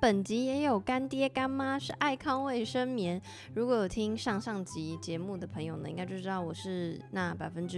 本集也有干爹干妈，是爱康卫生棉。如果有听上集节目的朋友呢，应该就知道我是那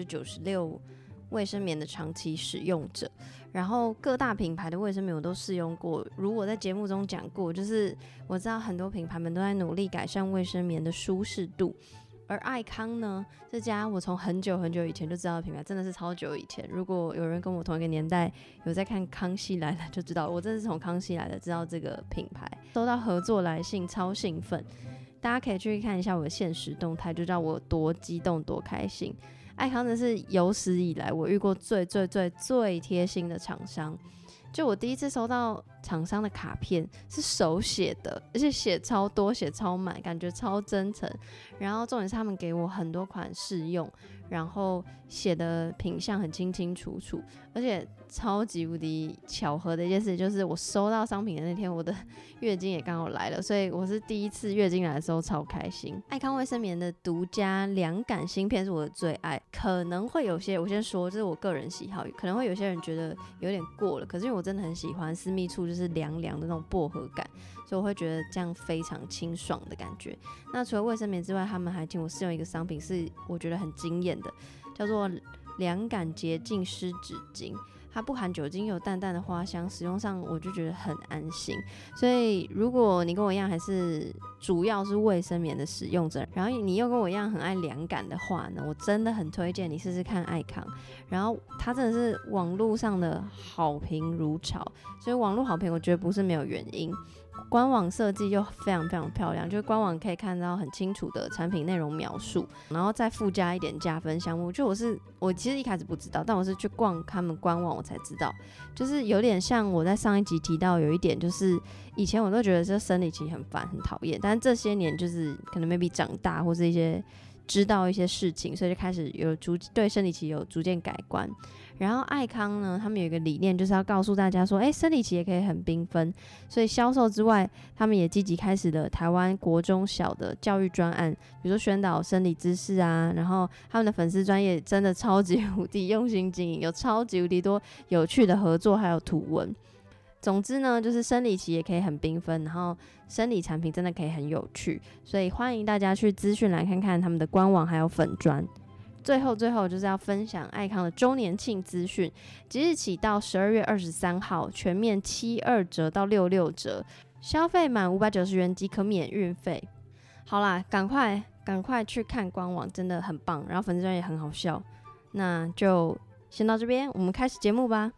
96%卫生棉的长期使用者，然后各大品牌的卫生棉我都试用过。如我在节目中讲过，就是我知道很多品牌们都在努力改善卫生棉的舒适度，而爱康呢，这家我从很久以前就知道的品牌，真的是超久以前。如果有人跟我同一个年代，有在看《康熙来了》就知道，我真的是从《康熙来了》知道这个品牌。收到合作来信，超兴奋！大家可以去看一下我的限时动态，就知道我多激动、多开心。爱康真的是有史以来我遇过最贴心的厂商。就我第一次收到厂商的卡片是手写的，而且写超多写超满，感觉超真诚。然后重点是他们给我很多款试用，然后写的品项很清楚，而且超级无敌巧合的一件事就是我收到商品的那天我的月经也刚好来了，所以我是第一次月经来的时候超开心。爱康卫生棉的独家凉感芯片是我的最爱，可能会有些我先说这是我个人喜好，可能会有些人觉得有点过了，可是因为我真的很喜欢私密处就是凉凉的那种薄荷感，所以我会觉得这样非常清爽的感觉。那除了卫生棉之外，他们还请我试用一个商品是我觉得很惊艳的，叫做凉感洁净湿纸巾。它不含酒精，有淡淡的花香，使用上我就觉得很安心。所以如果你跟我一样还是主要是卫生棉的使用者，然后你又跟我一样很爱凉感的话呢，我真的很推荐你试试看爱康。然后它真的是网络上的好评如潮，所以网络好评我觉得不是没有原因。官网设计又非常漂亮，就是官网可以看到很清楚的产品内容描述，然后再附加一点加分项目。就我其实一开始不知道，但我是去逛他们官网我才知道，就是有点像我在上一集提到有一点，就是以前我都觉得这生理期很烦很讨厌，但是这些年就是可能 maybe 长大或是一些知道一些事情，所以就开始对生理期有逐渐改观。然后爱康呢，他们有一个理念，就是要告诉大家说，生理期也可以很缤纷。所以销售之外，他们也积极开始了台湾国中小的教育专案，比如说宣导生理知识啊。然后他们的粉丝专页真的超级无敌用心经营，有超级无敌多有趣的合作，还有图文。总之呢，就是生理期也可以很缤纷，然后生理产品真的可以很有趣，所以欢迎大家去资讯栏看看他们的官网还有粉专。最后就是要分享爱康的周年庆资讯，即日起到12月23号全面72折到66折，消费满590元即可免运费。好啦，赶快去看官网，真的很棒，然后粉丝专页也很好笑。那就先到这边，我们开始节目吧。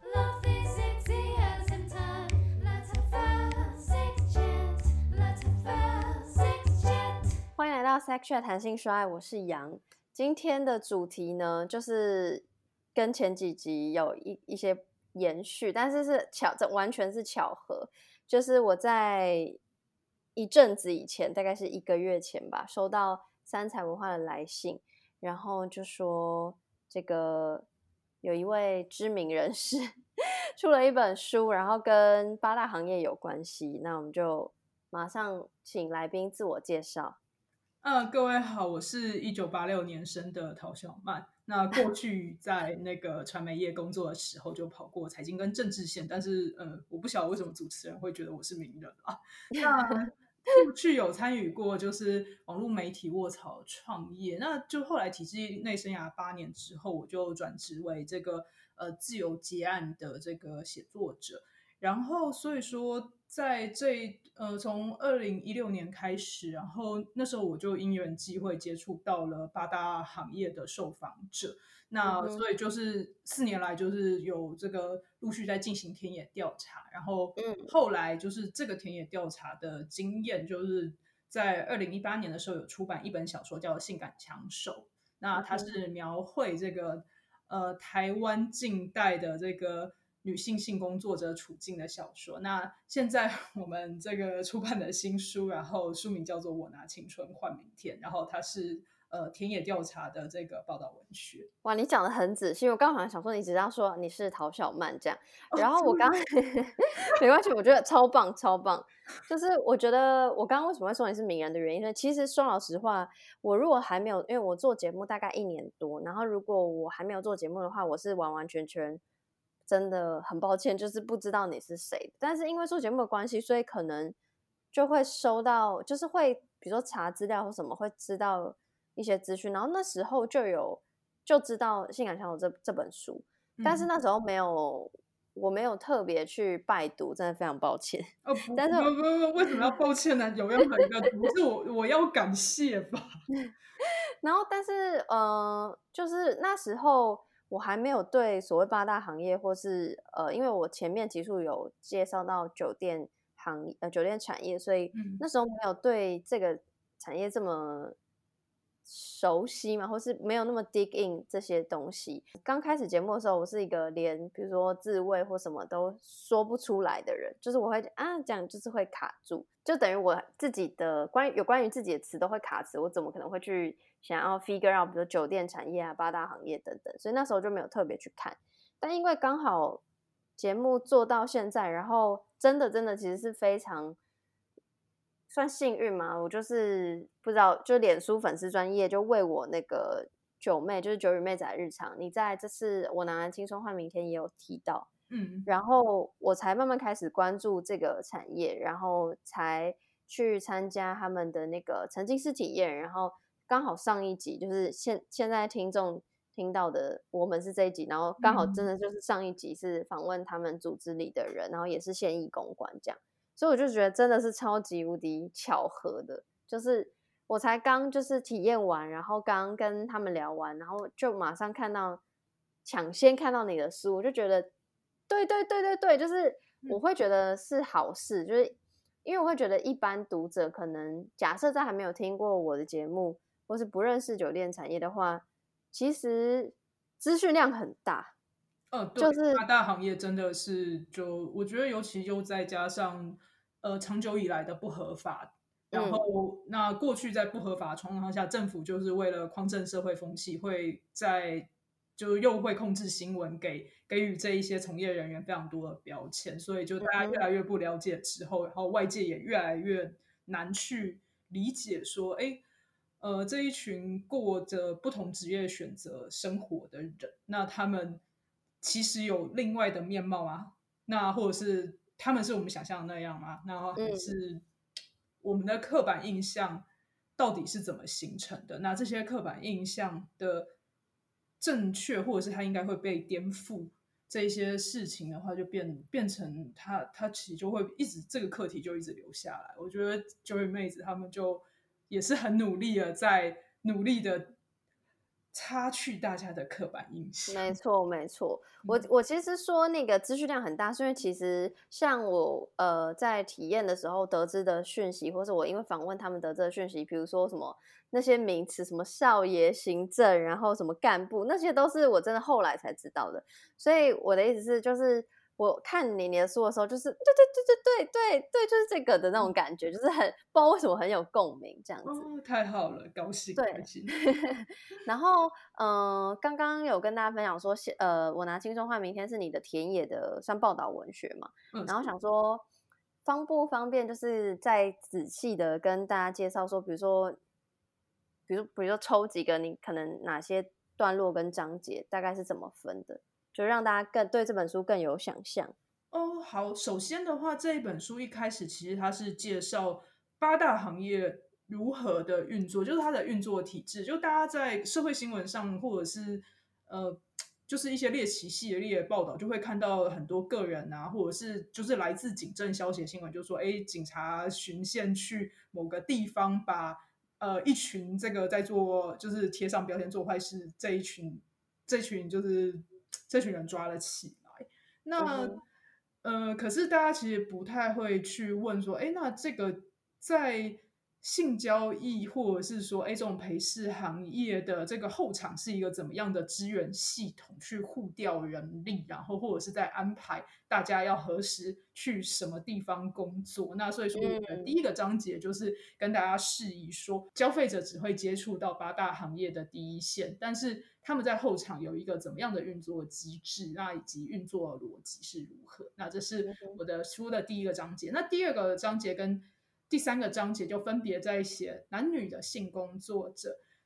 欢迎来到 Sex Chat 谈性说爱，我是杨。今天的主题呢，就是跟前几集有一些延续，但是这完全是巧合。就是我在一阵子以前，大概是1个月前吧，收到三彩文化的来信，然后就说这个有一位知名人士出了一本书，然后跟8大行业有关系。那我们就马上请来宾自我介绍。 各位好，我是1986年生的陶小曼。那过去在那个传媒业工作的时候，就跑过财经跟政治线，但是我不晓得为什么主持人会觉得我是名人啊。那过去有参与过就是网络媒体卧槽创业，那就后来体制内生涯8年之后，我就转职为这个自由接案的这个写作者。然后所以说在从2016年开始，然后那时候我就因缘际会接触到了8大行业的受访者。那所以就是4年来就是有这个陆续在进行田野调查，然后后来就是这个田野调查的经验，就是在2018年的时候有出版一本小说叫《性感枪手》，那它是描绘这个台湾近代的这个女性性工作者处境的小说。那现在我们这个出版的新书，然后书名叫做《我拿青春换明天》，然后它是田野调查的这个报道文学。 哇，你讲的很仔细，我刚好想说你只要说你是陶小曼这样，然后我刚没关系，我觉得超棒。就是我觉得我刚刚为什么会说你是名人的原因，其实说老实话，我如果还没有，因为我做节目大概1年多，然后如果我还没有做节目的话，我是完全真的很抱歉，就是不知道你是谁。但是因为做节目的关系，所以可能就会收到，就是会比如说查资料或什么，会知道一些资讯。然后那时候就知道《性感相有这本书，但是那时候我没有特别去拜读，真的非常抱歉。但是不，为什么要抱歉呢？有任何一个不是我要感谢吧？ 然后但是就是那时候我还没有对所谓八大行业，或是因为我前面集数有介绍到酒店产业，所以那时候没有对这个产业这么熟悉嘛，或是没有那么 dig in 这些东西。刚开始节目的时候，我是一个连比如说自慰或什么都说不出来的人，就是我会讲就是会卡住，就等于我自己的关于自己的词都会卡词，我怎么可能会去想要 figure out 比如酒店产业啊、八大行业等等，所以那时候就没有特别去看。但因为刚好节目做到现在，然后真的其实是非常算幸运吗？我就是不知道，就脸书粉丝专页就为我那个九妹，就是九与妹仔日常，你在这次我拿来青春换明天也有提到，然后我才慢慢开始关注这个产业，然后才去参加他们的那个沉浸式体验，然后刚好上一集就是现在听众听到的，我们是这一集，然后刚好真的就是上一集是访问他们组织里的人，然后也是现役公关这样。所以我就觉得真的是超级无敌巧合的，就是我才刚就是体验完，然后刚跟他们聊完，然后就马上抢先看到你的书，我就觉得对，就是我会觉得是好事，就是因为我会觉得一般读者可能假设在还没有听过我的节目，或是不认识酒店产业的话，其实资讯量很大， 对， 就是八大行业真的是我觉得尤其又再加上长久以来的不合法，然后那过去在不合法的状况下，政府就是为了匡正社会风气，就又会控制新闻，给予这一些从业人员非常多的标签，所以就大家越来越不了解之后，然后外界也越来越难去理解说，哎。这一群过着不同职业选择生活的人，那他们其实有另外的面貌啊？那或者是他们是我们想象的那样吗？那还是我们的刻板印象到底是怎么形成的？那这些刻板印象的正确，或者是它应该会被颠覆，这一些事情的话，就变成它其实就会这个课题就一直留下来。我觉得九尾妹子他们就也是很努力的，在努力的擦去大家的刻板印象。 没错，没错。我其实说那个资讯量很大，是因为其实像我在体验的时候得知的讯息，或是我因为访问他们得知的讯息，比如说什么那些名词，什么少爷行政，然后什么干部，那些都是我真的后来才知道的。所以我的意思是，就是我看你的书的时候，就是对，就是这个的那种感觉，就是不知道为什么很有共鸣这样子。 哦，太好了，高兴开对， 心。 然后刚刚有跟大家分享说，我拿轻松换明天是你的田野的算报道文学嘛，然后想说方不方便，就是再仔细的跟大家介绍说，比如说抽几个你可能哪些段落跟章节大概是怎么分的，就让大家更对这本书更有想象。 哦，好，首先的话，这一本书一开始其实它是介绍八大行业如何的运作，就是它的运作体制。就大家在社会新闻上，或者是就是一些猎奇系列报道，就会看到很多个人啊，或者是就是来自警政消息新闻，就说，哎，警察巡线去某个地方，把一群这个在做就是贴上标签做坏事这群人抓了起来。那可是大家其实不太会去问说，哎，那这个在性交易或者是说，哎，这种陪侍行业的这个后场是一个怎么样的资源系统去互调人力，然后或者是在安排大家要何时去什么地方工作。那所以说，我的第一个章节就是跟大家示意说，消费者只会接触到八大行业的第一线，但是他们在后场有一个怎么样的运作机制，那以及运作逻辑是如何。那这是我的书的第一个章节。那第二个章节跟第三个章节就分别在写男女的性工作者。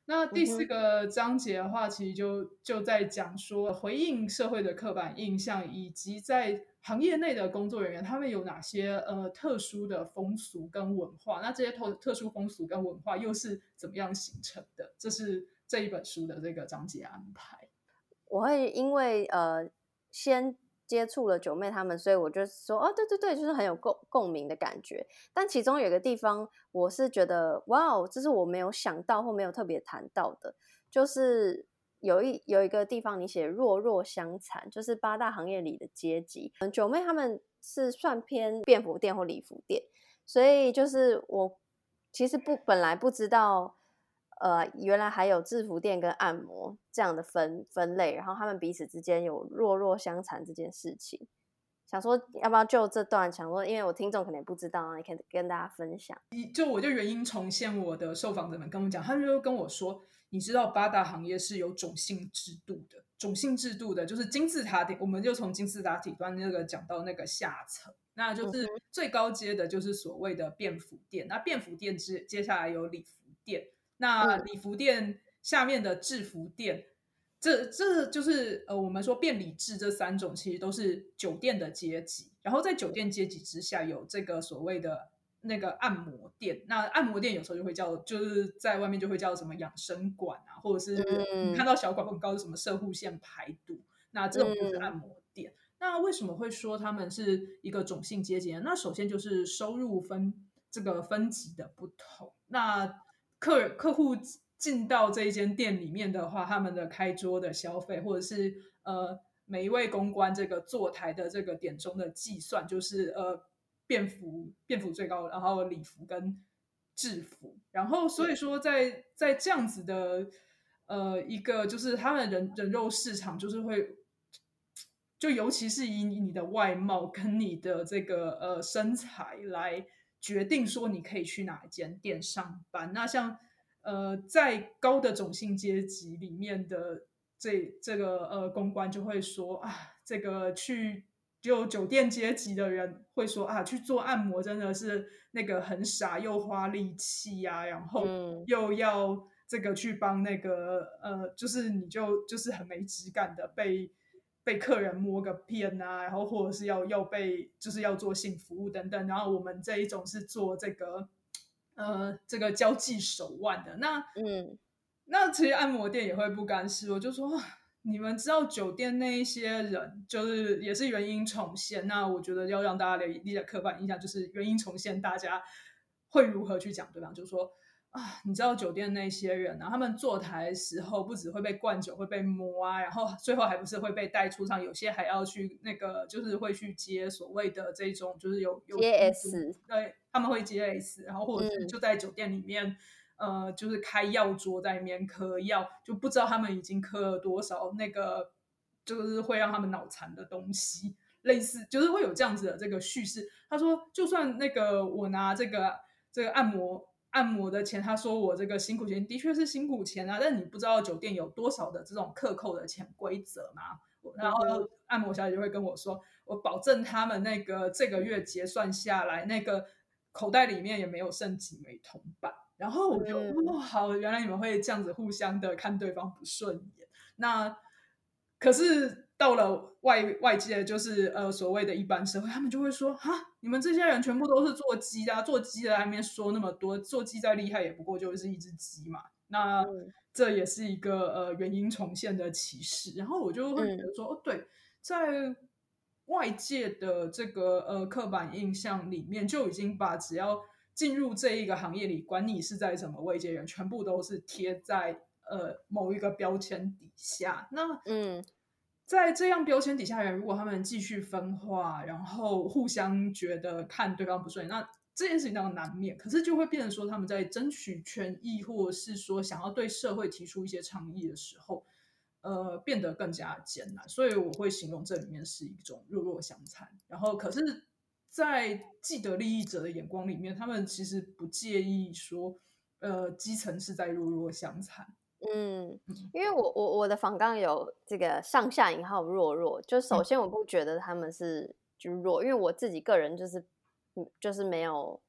那第四嗯哼。 个章节的话，其实就在讲说回应社会的刻板印象，以及在行业内的工作人员他们有哪些特殊的风俗跟文化。那这些特殊风俗跟文化又是怎么样形成的？这是这一本书的这个章节安排。 我会因为先接触了九妹他们，所以我就说哦，对对对，就是很有共鸣的感觉。但其中有一个地方，我是觉得哇哦，这是我没有想到或没有特别谈到的，就是有一个地方你写弱弱相残，就是八大行业里的阶级。九妹他们是算偏便服店或礼服店，所以就是我其实本来不知道。原来还有制服店跟按摩这样的分类，然后他们彼此之间有弱弱相残这件事情。想说要不要就这段，想说因为我听众可能也不知道，你可以跟大家分享。 我就原因重现我的受访者们跟我讲，他们就跟我说，你知道八大行业是有种姓制度的，种姓制度的就是金字塔顶，我们就从金字塔底端那个讲到那个下层，那就是最高阶的就是所谓的便服店，那便服店接下来有礼服店，那礼服店下面的制服店。这就是我们说便礼制这三种其实都是酒店的阶级，然后在酒店阶级之下有这个所谓的那个按摩店，那按摩店有时候就会叫，就是在外面就会叫什么养生馆啊，或者是你看到小广告是什么射护线排毒，那这种就是按摩店。那为什么会说他们是一个种姓阶级呢？那首先就是收入这个分级的不同。那客户进到这一间店里面的话，他们的开桌的消费，或者是每一位公关这个坐台的这个点钟的计算，就是便服最高，然后礼服跟制服，然后所以说在这样子的一个就是他们人肉市场，就是会就尤其是以你的外貌跟你的这个身材来决定说你可以去哪一间店上班。那像在高的种姓阶级里面的这个公关就会说啊，这个就酒店阶级的人会说啊，去做按摩真的是那个很傻，又花力气呀、然后又要这个去帮那个就是你就是很没质感的被客人摸个遍啊，然后或者是要被就是要做性服务等等，然后我们这一种是做这个交际手腕的。那其实按摩店也会不甘示弱，就说你们知道酒店那一些人，就是也是原因重现。那我觉得要让大家理解刻板印象，就是原因重现，大家会如何去讲对方？就是说啊，你知道酒店那些人啊，他们坐台的时候不只会被灌酒，会被摸啊，然后最后还不是会被带出场，有些还要去那个，就是会去接所谓的这种，就是有接 S。 对，他们会接 S，然后或者是就在酒店里面。就是开药桌在里面嗑药，就不知道他们已经嗑了多少那个，就是会让他们脑残的东西，类似就是会有这样子的这个叙事。他说，就算那个我拿这个按摩的钱，他说我这个辛苦钱的确是辛苦钱啊，但你不知道酒店有多少的这种克扣的潜规则吗？然后按摩小姐就会跟我说，我保证他们那个这个月结算下来，那个口袋里面也没有剩几枚铜板。然后我就好，原来你们会这样子互相的看对方不顺眼。那可是到了外界，就是所谓的一般社会，他们就会说哈，你们这些人全部都是做鸡的啊，做鸡的还没说那么多，做鸡再厉害也不过就是一只鸡嘛。那这也是一个原因重现的歧视。然后我就会觉得说，哦，对，在外界的这个刻板印象里面，就已经把只要进入这一个行业里，管你是在什么位阶人，全部都是贴在某一个标签底下。那在这样标签底下人，如果他们继续分化，然后互相觉得看对方不顺眼，那这件事情当然难免。可是就会变成说，他们在争取权益，或者是说想要对社会提出一些倡议的时候，变得更加艰难。所以我会形容这里面是一种弱弱相残。然后，可是，在既得利益者的眼光里面，他们其实不介意说，基层是在弱弱相残。 因为我的访纲有这个上下引号弱弱，就首先我不觉得他们是就弱，因为我自己个人就是没有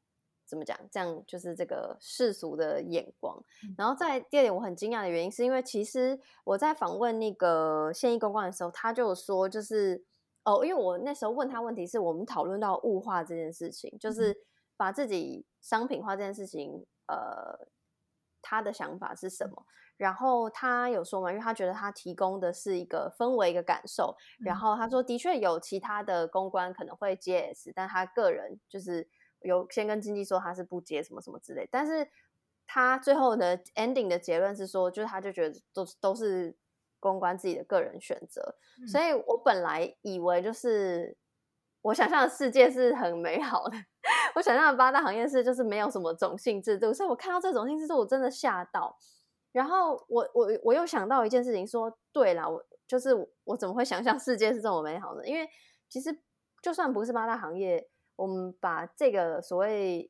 怎么讲？这样就是这个世俗的眼光。然后第二点，我很惊讶的原因是因为其实我在访问那个现役公关的时候，他就有说，就是因为我那时候问他问题是我们讨论到物化这件事情，就是把自己商品化这件事情，他的想法是什么？然后他有说嘛，因为他觉得他提供的是一个氛围、一个感受。然后他说，的确有其他的公关可能会接 S， 但他个人就是有先跟经纪说他是不接什么什么之类。但是他最后的 ending 的结论是说，就是他就觉得都是公关自己的个人选择。所以我本来以为就是我想象的世界是很美好的。我想象的八大行业是就是没有什么种姓制度，所以我看到这种姓制度我真的吓到。然后我又想到一件事情说，对啦，我怎么会想象世界是这么美好呢？因为其实就算不是八大行业，我们把这个所谓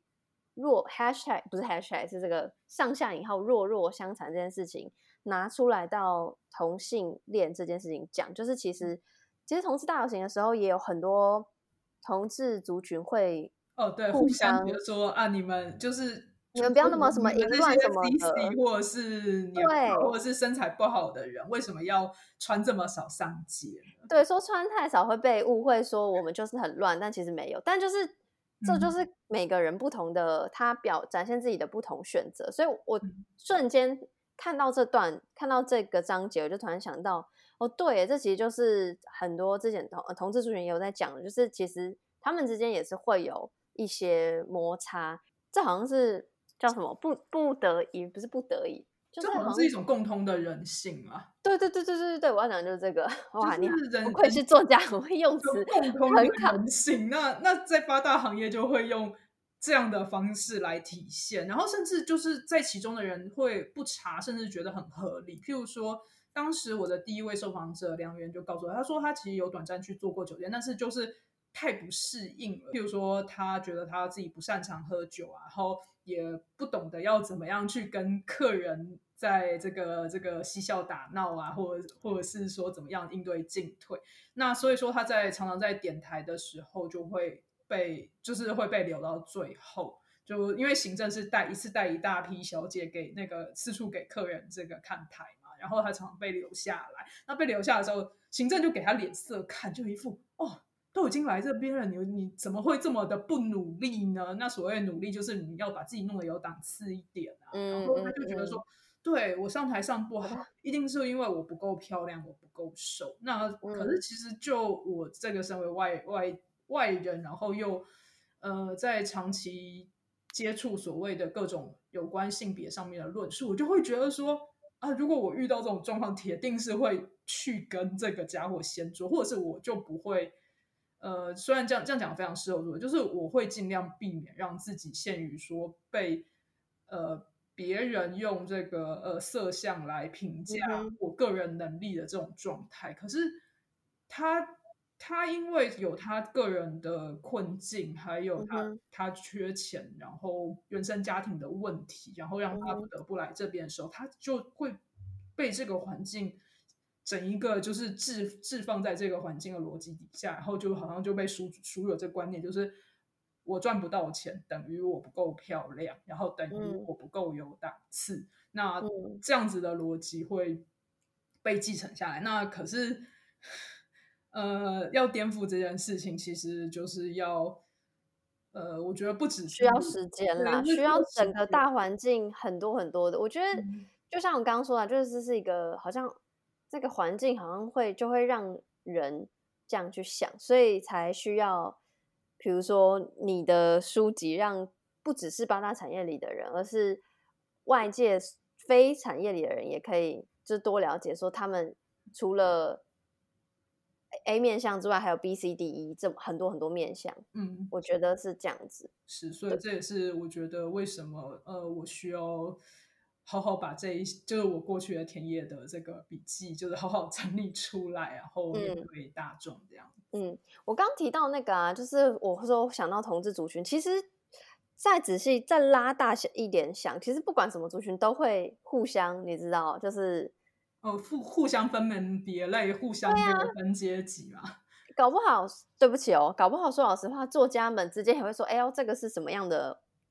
#不是#是这个上下引号弱相残这件事情拿出来到同性恋这件事情讲，就是其实同志大游行的时候也有很多同志族群会对，互相觉得说啊，你们不要那么什么淫这些乱什么 CC 的， 或者是娘炮或者是身材不好的人，为什么要穿这么少上街呢？ 对，说穿太少会被误会说我们就是很乱，但其实没有。但这就是每个人不同的，他展现自己的不同选择。所以我瞬间看到这个章节，我就突然想到，对耶，这其实就是很多之前同志族群也有在讲的，就是其实他们之间也是会有一些摩擦。这好像是叫什么不得已，不是不得已，就是好像是一种共通的人性啊。 对，我要讲的就是这个。哇，你好，不愧是人作家，很会用词， 共通的很考。 人性。那在八大行业就会用这样的方式来体现，然后甚至就是在其中的人会不查，甚至觉得很合理。譬如说，当时我的第一位受访者梁元就告诉我，他说他其实有短暂去做过酒店，但是就是太不适应了。譬如说，他觉得他自己不擅长喝酒啊，然后也不懂得要怎么样去跟客人在这个嬉笑打闹啊，或者是说怎么样应对进退。那所以说他常常在点台的时候就会被留到最后。就因为行政是一次带一大批小姐给那个四处给客人这个看台嘛，然后他常常被留下来。那被留下的时候，行政就给他脸色看，就一副都已经来这边了，你怎么会这么的不努力呢？那所谓努力就是你要把自己弄得有档次一点啊。然后他就觉得说，对，我上台上不好，一定是因为我不够漂亮，我不够瘦。那可是其实就我这个身为外人，然后又在长期接触所谓的各种有关性别上面的论述，我就会觉得说啊，如果我遇到这种状况，铁定是会去跟这个家伙先做，或者是我就不会。虽然这样讲非常适合我，就是我会尽量避免让自己陷于说被别人用这个色相来评价我个人能力的这种状态。可是他因为有他个人的困境，还有他缺钱，然后原生家庭的问题，然后让他不得不来这边的时候，他就会被这个环境整一个就是置放在这个环境的逻辑底下，然后就好像就被输入了这个观念，就是我赚不到钱等于我不够漂亮，然后等于我不够有档次。那这样子的逻辑会被继承下来。那可是要颠覆这件事情，其实就是要我觉得不只是需要时间啦，需要整个大环境很多很多的。我觉得就像我刚刚说的，就是这是一个好像这个环境好像就会让人这样去想，所以才需要比如说你的书籍让不只是八大产业里的人，而是外界非产业里的人也可以就多了解说他们除了 A 面向之外，还有 B、C、D、E 这很多很多面向。我觉得是这样子。 是，所以这也是我觉得为什么我需要好好把就是我过去的田野的这个笔记，就是好好整理出来，然后面对大众这样。 我刚提到那个啊，就是我说想到同志族群，其实再仔细再拉大一点想，其实不管什么族群都会互相，你知道，就是互相分门别类，互相分阶级嘛。 搞不好，对不起哦，搞不好说老实话，作家们之间也会说，哎呦，这个是什么样的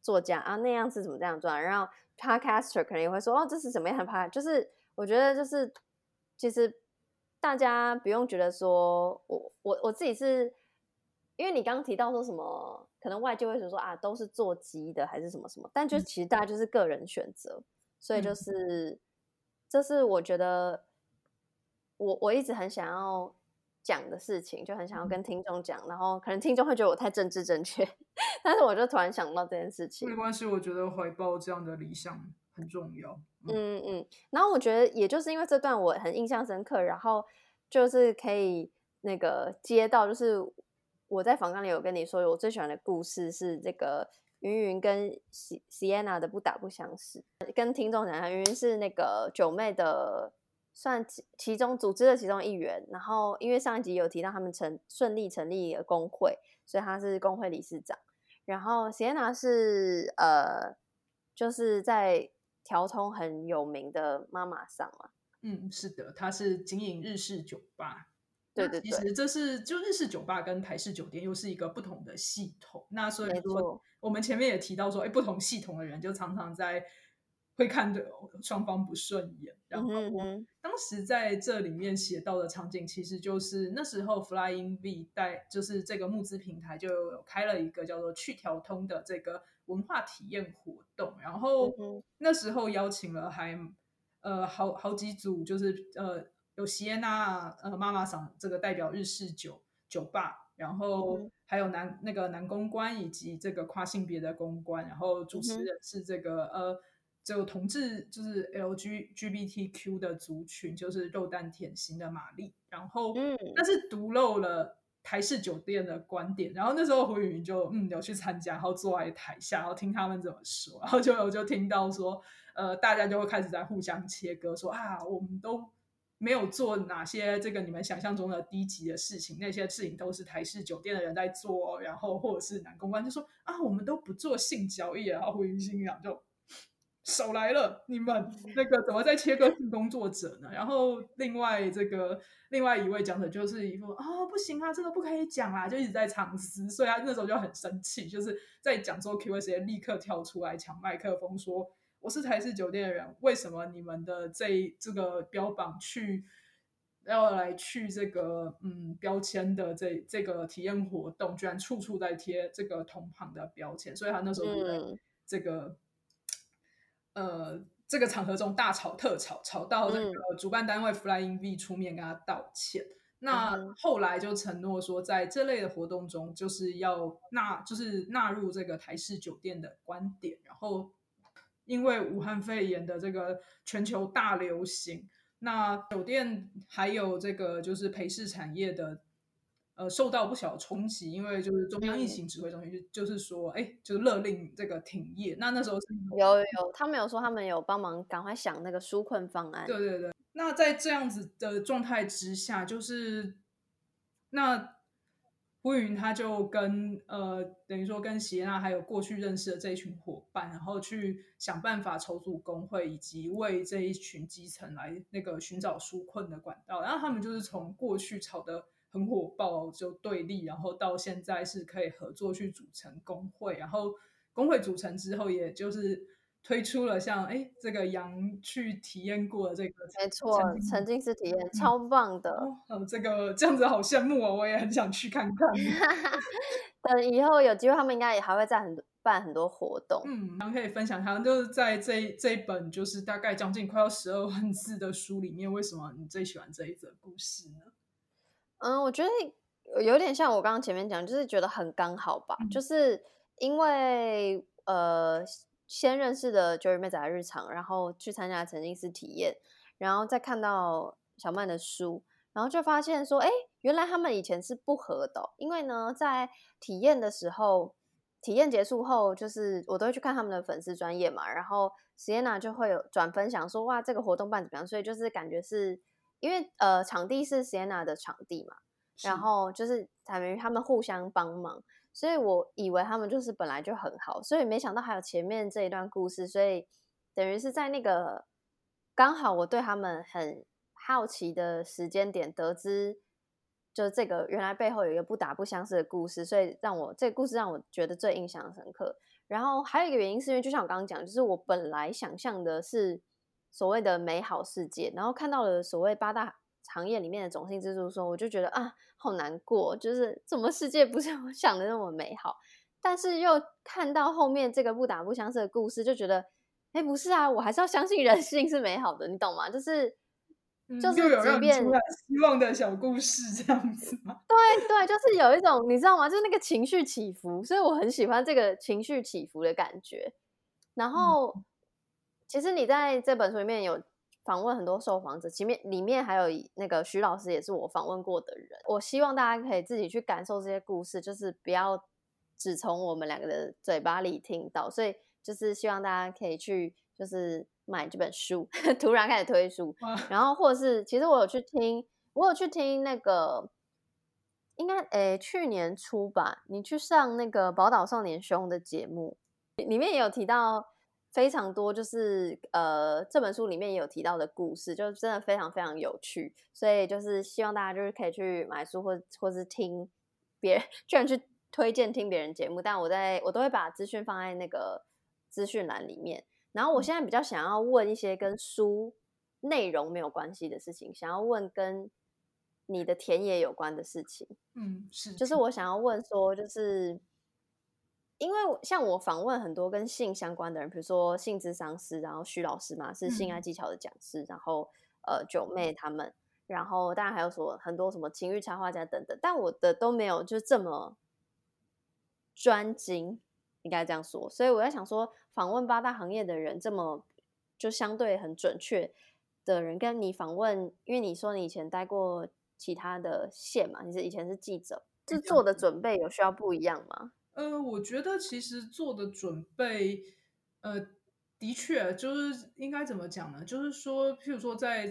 作家啊那样是怎么这样做，然后 podcaster 可能也会说哦这是什么样的 podcast，就是我觉得就是其实大家不用觉得说我自己是因为你刚刚提到说什么，可能外界会说啊都是做鸡的还是什么什么，但就其实大家就是个人选择，所以就是这是我觉得我一直很想要讲的事情，就很想要跟听众讲，然后可能听众会觉得我太政治正确，但是我就突然想到这件事情。 没关系，我觉得怀抱这样的理想很重要。 然后我觉得也就是因为这段我很印象深刻，然后就是可以那个接到，就是我在访纲里有跟你说，我最喜欢的故事是这个云云跟 Sienna 的不打不相识。跟听众讲一下，云云是那个九妹的算其中组织的其中一员，然后因为上一集有提到他们顺利成立一个工会，所以他是工会理事长。然后 Sienna 是就是在调通很有名的妈妈桑嘛。 是的，它是经营日式酒吧。 对对对， 其实这是就日式酒吧跟台式酒店又是一个不同的系统。那所以说，我们前面也提到说，不同系统的人就常常会看对双方不顺眼。然后当时在这里面写到的场景，其实就是那时候 Flying V 就是这个募资平台就有开了一个叫做去调通的这个文化体验活动，然后那时候邀请了好几组，就是有席耶娜妈妈桑这个代表日式酒吧，然后还有那个男公关以及这个跨性别的公关，然后主持人是这个这个同志就是 LGBTQ 的族群，就是肉蛋甜心的玛丽，然后但是独漏了台式酒店的观点，然后那时候胡云就有去参加，然后坐在台下，然后听他们怎么说，然后我就听到说大家就会开始在互相切割，说啊我们都没有做哪些这个你们想象中的低级的事情，那些事情都是台式酒店的人在做，然后或者是男公关就说啊我们都不做性交易，然后胡云心想就少来了，你们那个怎么在切割性工作者呢？然后另外一位讲者就是一副不行啊，这个不可以讲啊，就一直在藏私，所以他那时候就很生气，就是在讲之后 Q&A 时间立刻跳出来抢麦克风说：“我是台式酒店的人，为什么你们的这个标榜要来去这个标签的这个体验活动，居然处处在贴这个同行的标签，所以他那时候就在这个。这个场合中大吵特吵，吵到这个主办单位 Flying V 出面跟他道歉。那后来就承诺说，在这类的活动中，就是要纳入这个台式酒店的观点。然后，因为武汉肺炎的这个全球大流行，那酒店还有这个就是陪侍产业的受到不小的冲击，因为就是中央疫情指挥中心就是说，就是勒令这个停业。那时候是有，他们有说他们有帮忙赶快想那个纾困方案。 对对对。那在这样子的状态之下，就是那胡云他就跟等于说跟席耶娜还有过去认识的这一群伙伴，然后去想办法筹组工会，以及为这一群基层来那个寻找纾困的管道。然后他们就是从过去吵得很火爆就对立，然后到现在是可以合作去组成工会，然后工会组成之后，也就是推出了像这个杨去体验过的这个， 没错，沉浸式体验超棒的。 这样子好羡慕哦，我也很想去看看。 等以后有机会，他们应该也还会再办很多活动。 然后可以分享他就是在这一本就是大概将近快要12万字的书里面，为什么你最喜欢这一则故事呢？ 我觉得有点像我刚刚前面讲，就是觉得很刚好吧，就是因为先认识的九尾妹仔的日常，然后去参加沉浸式体验，然后再看到小曼的书，然后就发现说，原来他们以前是不合的因为呢，在体验的时候，体验结束后，就是我都会去看他们的粉丝专页嘛，然后 Sienna 就会有转分享说，哇，这个活动办怎么样？所以就是感觉是因为场地是 Sienna 的场地嘛，然后就是等于他们互相帮忙，所以我以为他们就是本来就很好，所以没想到还有前面这一段故事，所以等于是在那个刚好我对他们很好奇的时间点得知，就这个原来背后有一个不打不相识的故事，所以这个故事让我觉得最印象深刻。 然后还有一个原因是因为就像我刚刚讲，就是我本来想象的是所谓的美好世界，然后看到了所谓8大行业里面的种姓制度的时候，我就觉得啊，好难过，就是怎么世界不是我想的那么美好。但是又看到后面这个不打不相识的故事，就觉得，哎，不是啊，我还是要相信人性是美好的，你懂吗？就是又有即便让你充满希望的小故事这样子吗？ 对，就是有一种你知道吗？就是那个情绪起伏，所以我很喜欢这个情绪起伏的感觉。然嗯后，其实你在这本书里面有访问很多受访者，里面还有那个徐老师也是我访问过的人。我希望大家可以自己去感受这些故事，就是不要只从我们两个的嘴巴里听到。所以就是希望大家可以去就是买这本书，突然开始推书， 哇， 然后或者是其实我有去听那个。应该去年初吧，你去上那个宝岛少年兄的节目，里面也有提到非常多，就是这本书里面也有提到的故事，就真的非常非常有趣，所以就是希望大家就是可以去买书或是听别人，居然去推荐听别人节目，但我都会把资讯放在那个资讯栏里面。然后我现在比较想要问一些跟书内容没有关系的事情，想要问跟你的田野有关的事情。 是， 就是我想要问说，就是因为像我访问很多跟性相关的人，比如说性咨商师，然后徐老师嘛是性爱技巧的讲师，然后九妹他们，然后当然还有很多什么情欲插画家等等，但我的都没有就这么专精，应该这样说。所以我在想说，访问8大行业的人，这么就相对很准确的人，跟你访问，因为你说你以前待过其他的线嘛，以前是记者，是做的准备有需要不一样吗？ 我觉得其实做的准备，的确就是应该怎么讲呢？就是说，譬如说在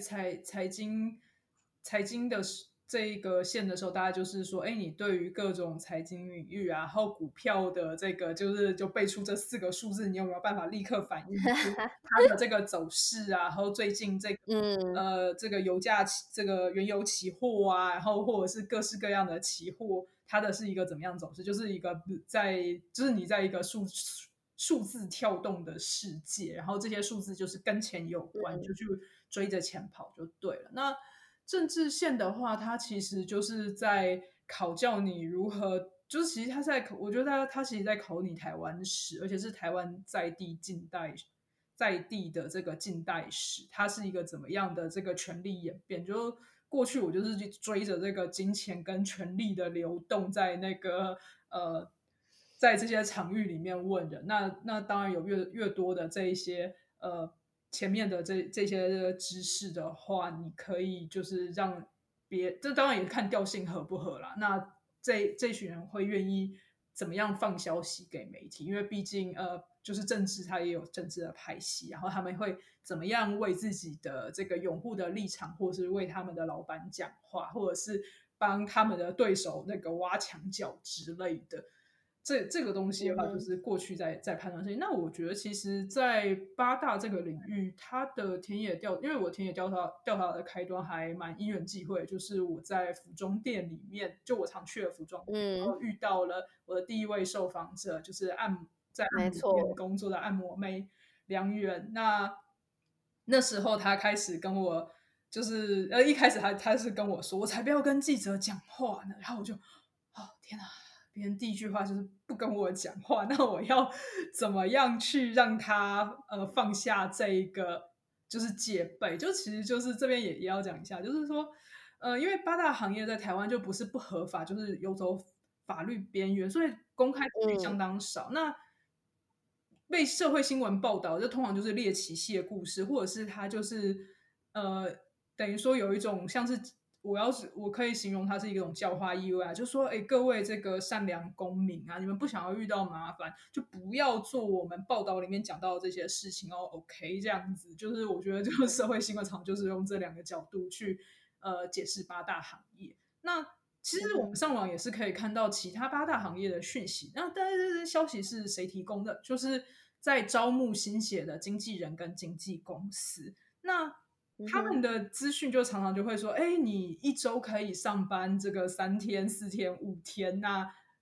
财经的这一个线的时候，大家就是说，哎，你对于各种财经领域啊，然后股票的这个就背出这4个数字，你有没有办法立刻反映出它的这个走势啊？然后最近这个嗯这个这个原油期货啊，然后或者是各式各样的期货，它的是一个怎么样走势？就是一个就是你在一个数字跳动的世界，然后这些数字就是跟钱有关，就去追着钱跑就对了。那政治线的话，它其实就是在考教你如何，就是其实我觉得它其实在考你台湾史，而且是台湾在地的这个近代史，它是一个怎么样的这个权力演变？就过去我就是追着这个金钱跟权力的流动，在那个在这些场域里面问人。那当然有越多的这一些前面的这些知识的话，你可以就是让这当然也看调性合不合啦。那这群人会愿意怎么样放消息给媒体？因为毕竟就是政治它也有政治的派系，然后他们会怎么样为自己的这个拥护的立场，或者是为他们的老板讲话，或者是帮他们的对手那个挖墙脚之类的。这个东西的话，就是过去在判断事情。那我觉得，其实，在八大这个领域，它的因为我田野调查的开端还蛮因缘际会，就是我在服装店里面，就我常去的服装店，然后遇到了我的第一位受访者，就是在按摩店工作的按摩妹梁媛。那时候他开始跟我，就是一开始他是跟我说，我才不要跟记者讲话呢。然后我就，哦天哪！别人第一句话就是不跟我讲话，那我要怎么样去让他放下这一个就是戒备？就其实就是这边也要讲一下，就是说因为八大行业在台湾就不是不合法，就是游走法律边缘，所以公开资讯相当少。那被社会新闻报道，就通常就是猎奇系的故事，或者是他就是等于说有一种像是我可以形容它是一种教化意味啊，就说各位这个善良公民啊，你们不想要遇到麻烦，就不要做我们报道里面讲到的这些事情哦。OK， 这样子就是我觉得就是社会新闻常就是用这2个角度去解释八大行业。那其实我们上网也是可以看到其他八大行业的讯息，那但是这些消息是谁提供的？就是在招募新血的经纪人跟经纪公司。那他们的资讯就常常就会说，你1周可以上班这个3天、4天、5天，那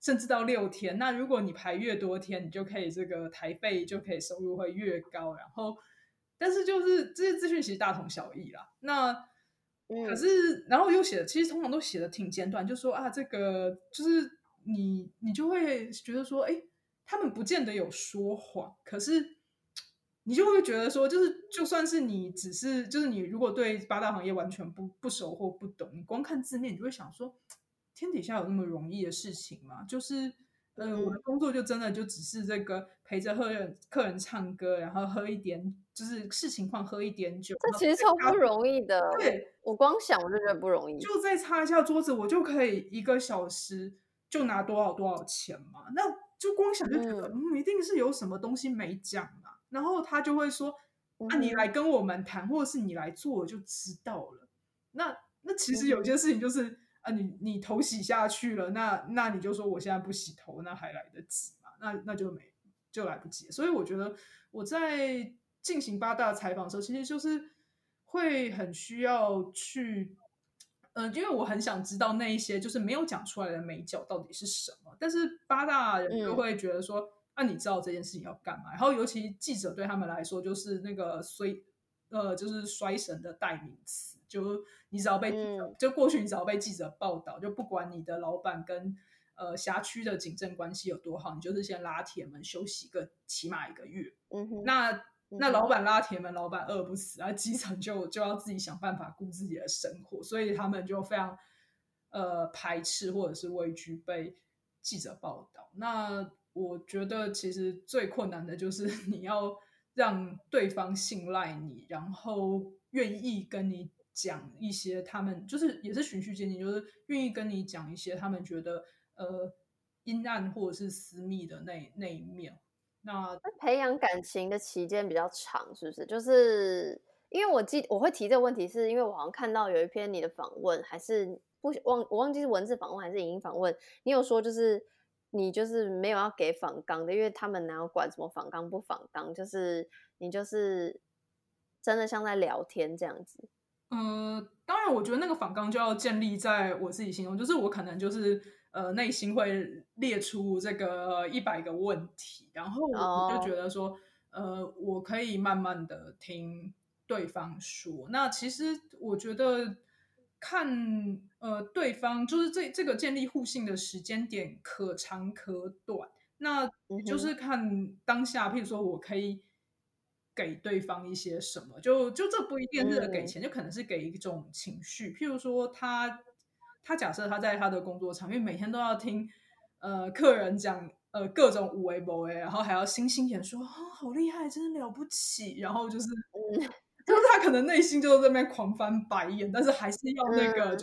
甚至到6天。那如果你排越多天，你就可以这个台费就可以收入会越高。然后，但是就是这些资讯其实大同小异啦。那可是，然后又写的，其实通常都写的挺简短，就说啊，这个就是你就会觉得说，哎，他们不见得有说谎，可是你就会觉得说，就是就算是你只是就是你如果对八大行业完全不熟或不懂，你光看字面，你就会想说，天底下有那么容易的事情吗？就是我的工作就真的就只是这个陪着客人唱歌，然后喝一点，就是视情况喝一点酒， 这其实超不容易的。 对， 我光想我就觉得不容易。 就再擦一下桌子，我就可以1个小时就拿多少多少钱嘛？那就光想就觉得，一定是有什么东西没讲嘛。然后他就会说，啊，你来跟我们谈，或者是你来做，我就知道了。那其实有些事情就是啊，你头洗下去了，那你就说我现在不洗头，那还来得及嘛？那就来不及。所以我觉得我在进行八大采访的时候，其实就是会很需要去，因为我很想知道那一些就是没有讲出来的美角到底是什么。但是八大人就会觉得说，啊，你知道这件事情要干嘛？然后尤其记者对他们来说，就是那个就是衰神的代名词。就你只要被记者，就过去你只要被记者报道，就不管你的老板跟辖区的警政关系有多好，你就是先拉铁门休息起码1个月。那老板拉铁门，老板饿不死，而基层就要自己想办法顾自己的生活，所以他们就非常排斥或者是畏惧被记者报道。那我觉得其实最困难的就是你要让对方信赖你，然后愿意跟你讲一些他们就是也是循序渐进，就是愿意跟你讲一些他们觉得阴暗或者是私密的那一面。那培养感情的期间比较长，是不是？就是因为我会提这个问题，是因为我好像看到有一篇你的访问，还是我忘记是文字访问还是影音访问，你有说就是你就是没有要给访纲的，因为他们哪有管什么访纲不访纲，就是你就是真的像在聊天这样子。 当然，我觉得那个访纲就要建立在我自己心中，就是我可能就是内心会列出这个100个问题，然后我就觉得说，我可以慢慢的听对方说。那其实我觉得看对方就是这个建立互信的时间点可长可短，那就是看当下，譬如说我可以给对方一些什么，就这不一定是给钱，就可能是给一种情绪。譬如说他假设他在他的工作场域每天都要听客人讲各种无为不为，然后还要星星眼说好厉害，真的了不起，然后就是他可能内心就在那边狂翻白眼，但是还是要那个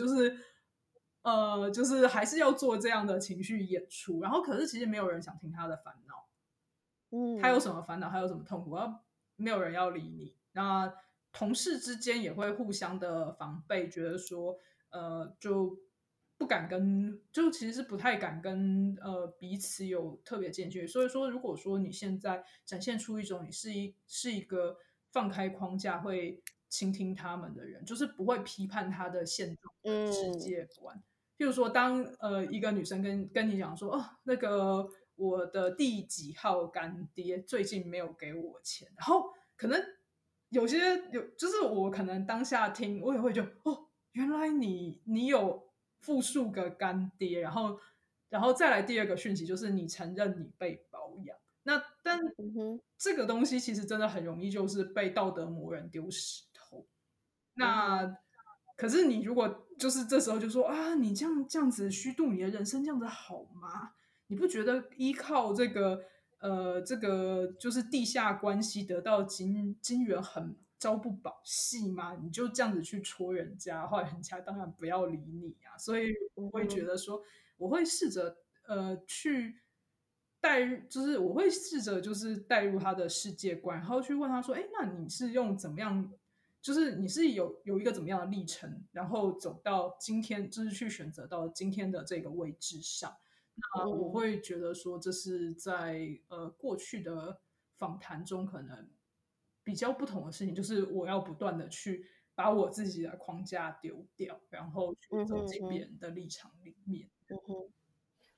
就是还是要做这样的情绪演出。然后可是其实没有人想听他的烦恼。他有什么烦恼，他有什么痛苦，没有人要理你。那同事之间也会互相的防备，觉得说，就不敢就其实是不太敢跟彼此有特别间距。所以说，如果说你现在展现出一种你是一个放开框架会倾听他们的人，就是不会批判他的现状的世界观。譬如说，当一个女生跟你讲说，那个我的第几号干爹最近没有给我钱，然后可能就是我可能当下听，我也会觉得原来你有复数个干爹，然后再来第二个讯息就是你承认你被包养。但这个东西其实真的很容易就是被道德魔人丢石头。那可是你如果就是这时候就说啊，你这样子虚度你的人生，这样子好吗？你不觉得依靠这个就是地下关系得到金元很朝不保夕吗？你就这样子去戳人家，后来人家当然不要理你啊。所以我会觉得说，我会试着去带入，就是我会试着就是带入他的世界观，然后去问他说，哎，那你是用怎么样？就是你是有一个怎么样的历程，然后走到今天，就是去选择到今天的这个位置上。那我会觉得说，这是在过去的访谈中可能比较不同的事情，就是我要不断的去把我自己的框架丢掉，然后去走进别人的立场里面。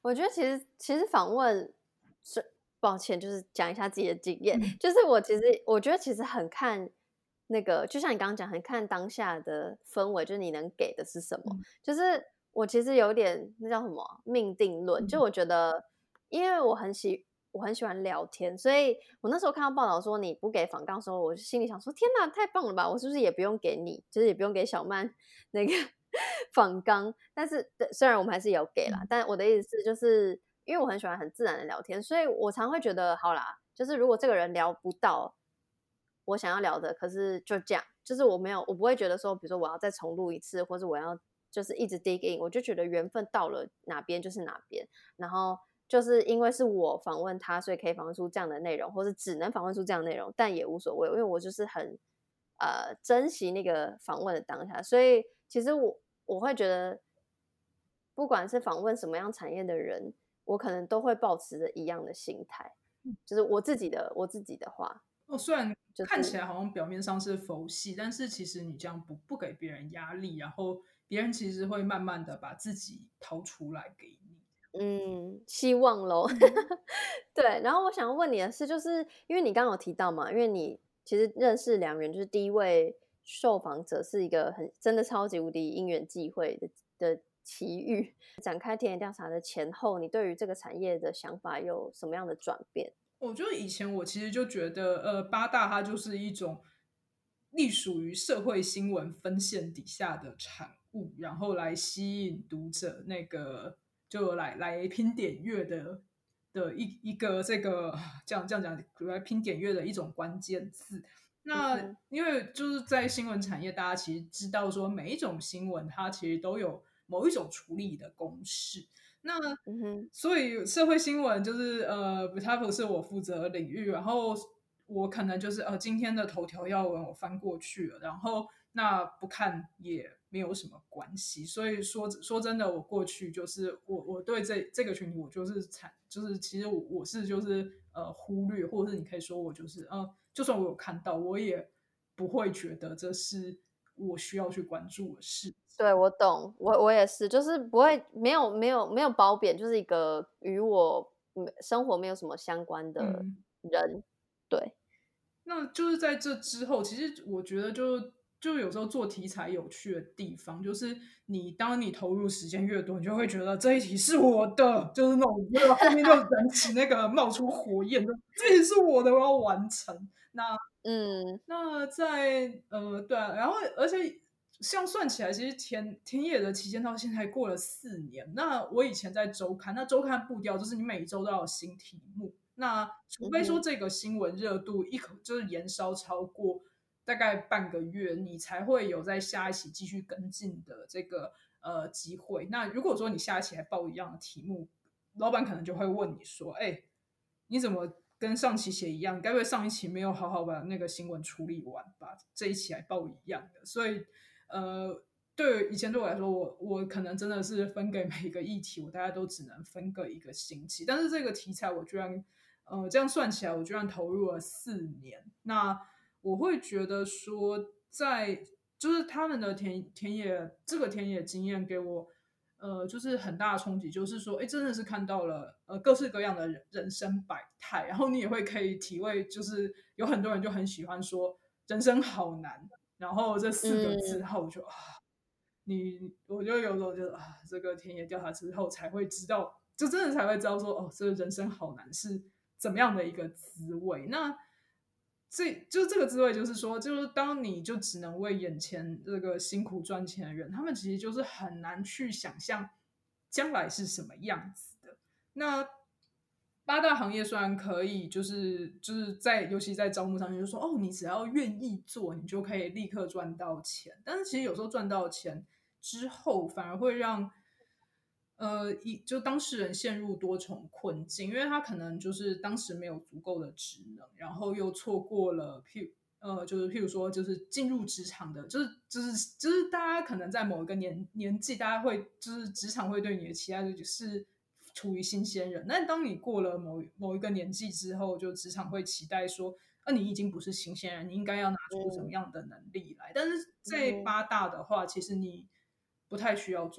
我觉得其实访问是抱歉，就是讲一下自己的经验， 嗯就是我觉得其实很看那个，就像你刚刚讲，很看当下的氛围，就是你能给的是什么。 嗯就是我其实有点那叫什么命定论，就嗯我觉得，因为我很喜欢聊天，所以我那时候看到报道说你不给访纲的时候，我就心里想说：天哪，太棒了吧！我是不是也不用给你，就是也不用给小曼那个访纲？但是虽然我们还是有给啦， 嗯但我的意思是，就是因为我很喜欢很自然的聊天，所以我常会觉得，好啦，就是如果这个人聊不到我想要聊的，可是就这样，就是我不会觉得说，比如说我要再重录一次，或者我要就是一直 dig in，我就觉得缘分到了哪边就是哪边，然后就是因为是我访问他，所以可以访问出这样的内容，或是只能访问出这样的内容，但也无所谓，因为我就是很珍惜那个访问的当下，所以其实我会觉得，不管是访问什么样产业的人，我可能都会保持着一样的心态，就是我自己的话， 虽然就是看起来好像表面上是佛系，但是其实你这样不给别人压力，然后别人其实会慢慢的把自己掏出来给你。 希望咯。 嗯对，然后我想要问你的是，就是因为你刚刚有提到嘛，因为你其实认识梁元，就是第一位受访者是一个真的超级无敌因缘际会的奇遇。展开田野调查的前后，你对于这个产业的想法有什么样的转变？ 我觉得以前我其实就觉得，八大它就是一种隶属于社会新闻分线底下的产物，然后来吸引读者那个就来拼点阅的一个这个这样讲来拼点阅的一种关键字。那嗯因为就是在新闻产业，大家其实知道说每一种新闻它其实都有某一种处理的公式。那嗯哼， 所以社会新闻就是它不是我负责的领域，然后我可能就是今天的头条要闻我翻过去了，然后那不看也没有什么关系。所以说真的，我过去就是我对这个群体我就是其实我是就是忽略，或者是你可以说我就是就算我有看到，我也不会觉得这是我需要去关注的事。 对，我懂，我也是，就是不会没有褒贬，就是一个与我生活没有什么相关的嗯。 人，对， 那就是在这之后，其实我觉得就有时候做题材有趣的地方，就是当你投入时间越多，你就会觉得这一题是我的，就是那种后面就燃起那个冒出火焰，就这一题是我的，我要完成。 嗯那对啊，然后而且像算起来，其实田野的期间到现在过了4年。那我以前在周刊，那周刊步调就是你每周都要有新题目。那除非说嗯哼， 这个新闻热度就是延烧超过大概半个月，你才会有在下一期继续跟进的这个机会。那如果说你下一期还报一样的题目，老板可能就会问你说：“哎，你怎么跟上期写一样？该不会上一期没有好好把那个新闻处理完，把这一期还报一样的？”所以，以前对我来说，我可能真的是分给每一个议题，我大概都只能分个一个星期。但是这个题材，我居然，这样算起来，我居然投入了4年。那我会觉得说，就是他们的田野经验给我。就是很大的冲击，就是说，哎，真的是看到了各式各样的人生百态，然后你也会可以体会，就是有很多人就很喜欢说人生好难，然后这4个字， 嗯。 然后我就有时候觉得这个田野调查之后才会知道，就真的才会知道说，这个人生好难是怎么样的一个滋味。那这个滋味，就是说，就是当你就只能为眼前这个辛苦赚钱的人，他们其实就是很难去想象将来是什么样子的。那八大行业虽然可以，就是尤其在招募上面，就说你只要愿意做，你就可以立刻赚到钱。但是其实有时候赚到钱之后，反而会让就当事人陷入多重困境，因为他可能就是当时没有足够的职能，然后又错过了就是譬如说，就是进入职场的，就是大家可能在某一个年纪，大家会就是职场会对你的期待就是处于新鲜人。但当你过了某一个年纪之后，就职场会期待说，你已经不是新鲜人，你应该要拿出什么样的能力来？但是在嗯八大的话，其实你不太需要做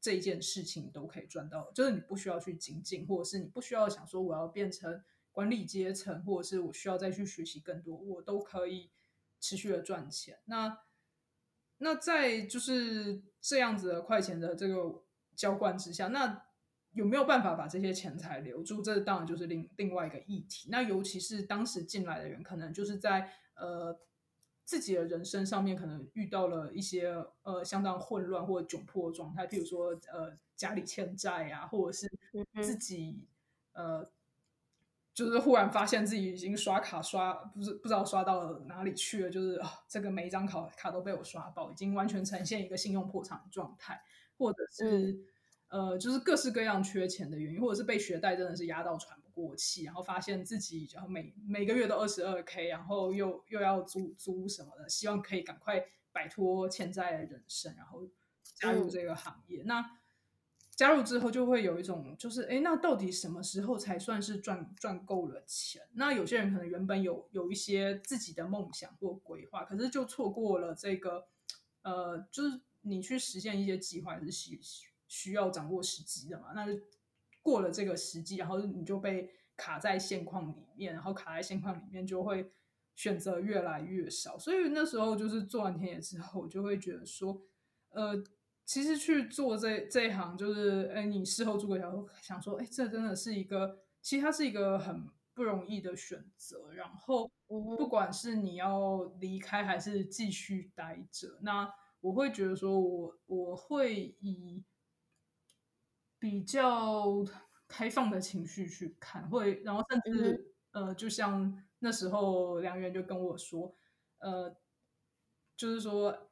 这一件事情都可以赚到，就是你不需要去精进，或者是你不需要想说我要变成管理阶层，或者是我需要再去学习更多，我都可以持续的赚钱。那在就是这样子的快钱的这个浇灌之下，那有没有办法把这些钱财留住？这当然就是另外一个议题。那尤其是当时进来的人，可能就是在自己的人生上面，可能遇到了一些相当混乱或者窘迫的状态，譬如说家里欠债啊，或者是自己就是忽然发现自己已经刷卡不知道刷到了哪里去了，就是这个每一张卡都被我刷爆，已经完全呈现一个信用破产的状态，或者是就是各式各样缺钱的原因，或者是被学贷真的是压到喘不过气，然后发现自己然后每个月都22K，然后又要租什么的，希望可以赶快摆脱欠债的人生，然后加入这个行业。那加入之后就会有一种就是那到底什么时候才算是赚够了钱？那有些人可能原本有一些自己的梦想或规划，可是就错过了这个就是你去实现一些计划是需要掌握时机的嘛，那就过了这个时机，然后你就被卡在现况里面，然后卡在现况里面就会选择越来越少。所以那时候就是做完田野之后，我就会觉得说其实去做这一行，就是你事后诸葛亮想说，这真的是一个，其实它是一个很不容易的选择。然后不管是你要离开还是继续待着，那我会觉得说我会以比较开放的情绪去看，然后甚至就像那时候梁元就跟我说，就是说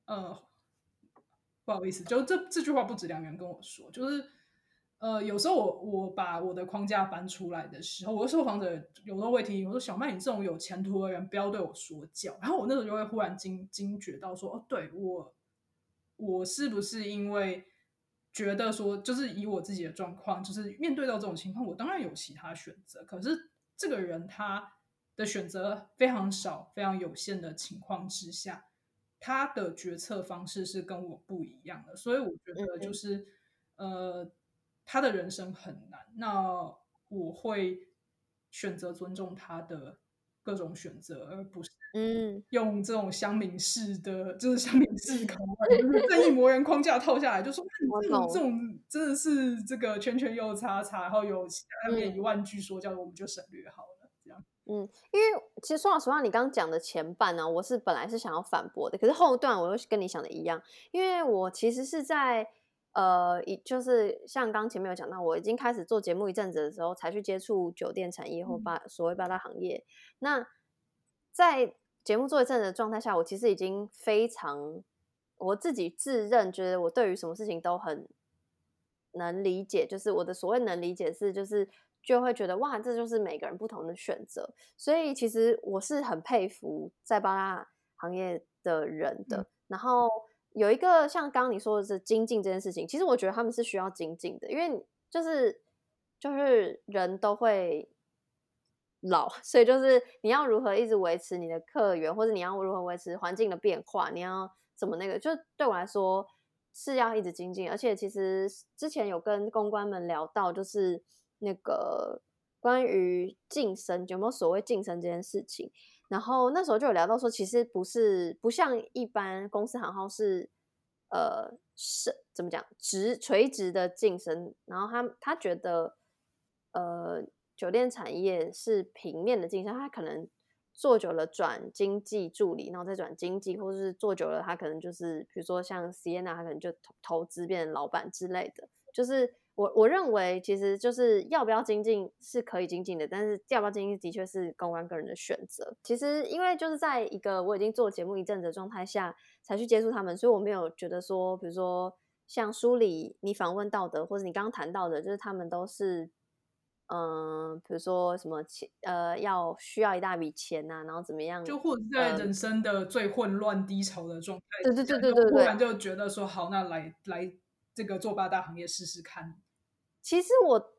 不好意思，就这句话不止梁元跟我说，就是有时候我把我的框架搬出来的时候，我的受访者有时候会提醒我说：“小麦，你这种有前途的人，不要对我说教。”然后我那时候就会忽然惊觉到说：“哦，对我是不是因为觉得说，就是以我自己的状况，就是面对到这种情况，我当然有其他选择，可是这个人他的选择非常少、非常有限的情况之下。”他的决策方式是跟我不一样的，所以我觉得就是他的人生很难，那我会选择尊重他的各种选择，而不是用这种乡民式的，就是乡民式口吻，就是正义魔人框架套下来，就说你这种真的是这个圈圈又叉叉，然后有下面1万句说教，我们就省略好了。 因为其实说老实话，你刚刚讲的前半呢，我本来是想要反驳的，可是后段我又跟你想的一样，因为我其实是在就是像刚前面有讲到，我已经开始做节目一阵子的时候，才去接触酒店产业或所谓八大行业。那在节目做一阵子的状态下，我其实已经非常我自己自认觉得我对于什么事情都很能理解，就是我的所谓能理解是就会觉得哇，这就是每个人不同的选择。所以其实我是很佩服在八大行业的人的。然后有一个像刚刚你说的是精进这件事情，其实我觉得他们是需要精进的，因为就是人都会老，所以就是你要如何一直维持你的客源，或者你要如何维持环境的变化，你要怎么那个，就对我来说是要一直精进。而且其实之前有跟公关们聊到，就是那个关于晋升有没有所谓晋升这件事情，然后那时候就有聊到说，其实不像一般公司行号是怎么讲垂直的晋升，然后他觉得酒店产业是平面的晋升，他可能做久了转经济助理，然后再转经济，或者是做久了他可能就是比如说像 Sienna 他可能就投资变成老板之类的。就是我认为其实就是要不要精进是可以精进的，但是要不要精进的确是公关个人的选择。其实因为就是在一个我已经做节目一阵子的状态下才去接触他们，所以我没有觉得说比如说像书里你访问到的或者你刚刚谈到的，就是他们都是比如说什么需要一大笔钱啊，然后怎么样， 就或者是在人生的最混乱低潮的状态， 对， 突然就觉得说好，那来这个做八大行业试试看。 其实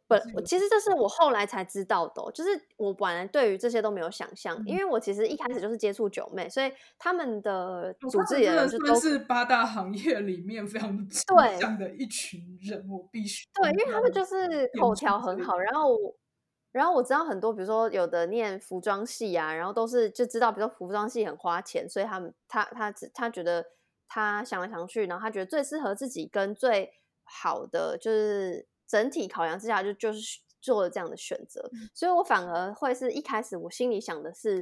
其实这是我后来才知道的就是我本来对于这些都没有想象，因为我其实一开始就是接触九妹，所以他们的组织里的人就算是8大行业里面非常强对的一群人，我必须对，因为他们就是口条很好，然后我知道很多，比如说有的念服装系啊，然后都是就知道，比如说服装系很花钱，所以他觉得他想来想去，然后他觉得最适合自己跟最好的就是整体考量之下，就是做了这样的选择，所以我反而会是一开始我心里想的是，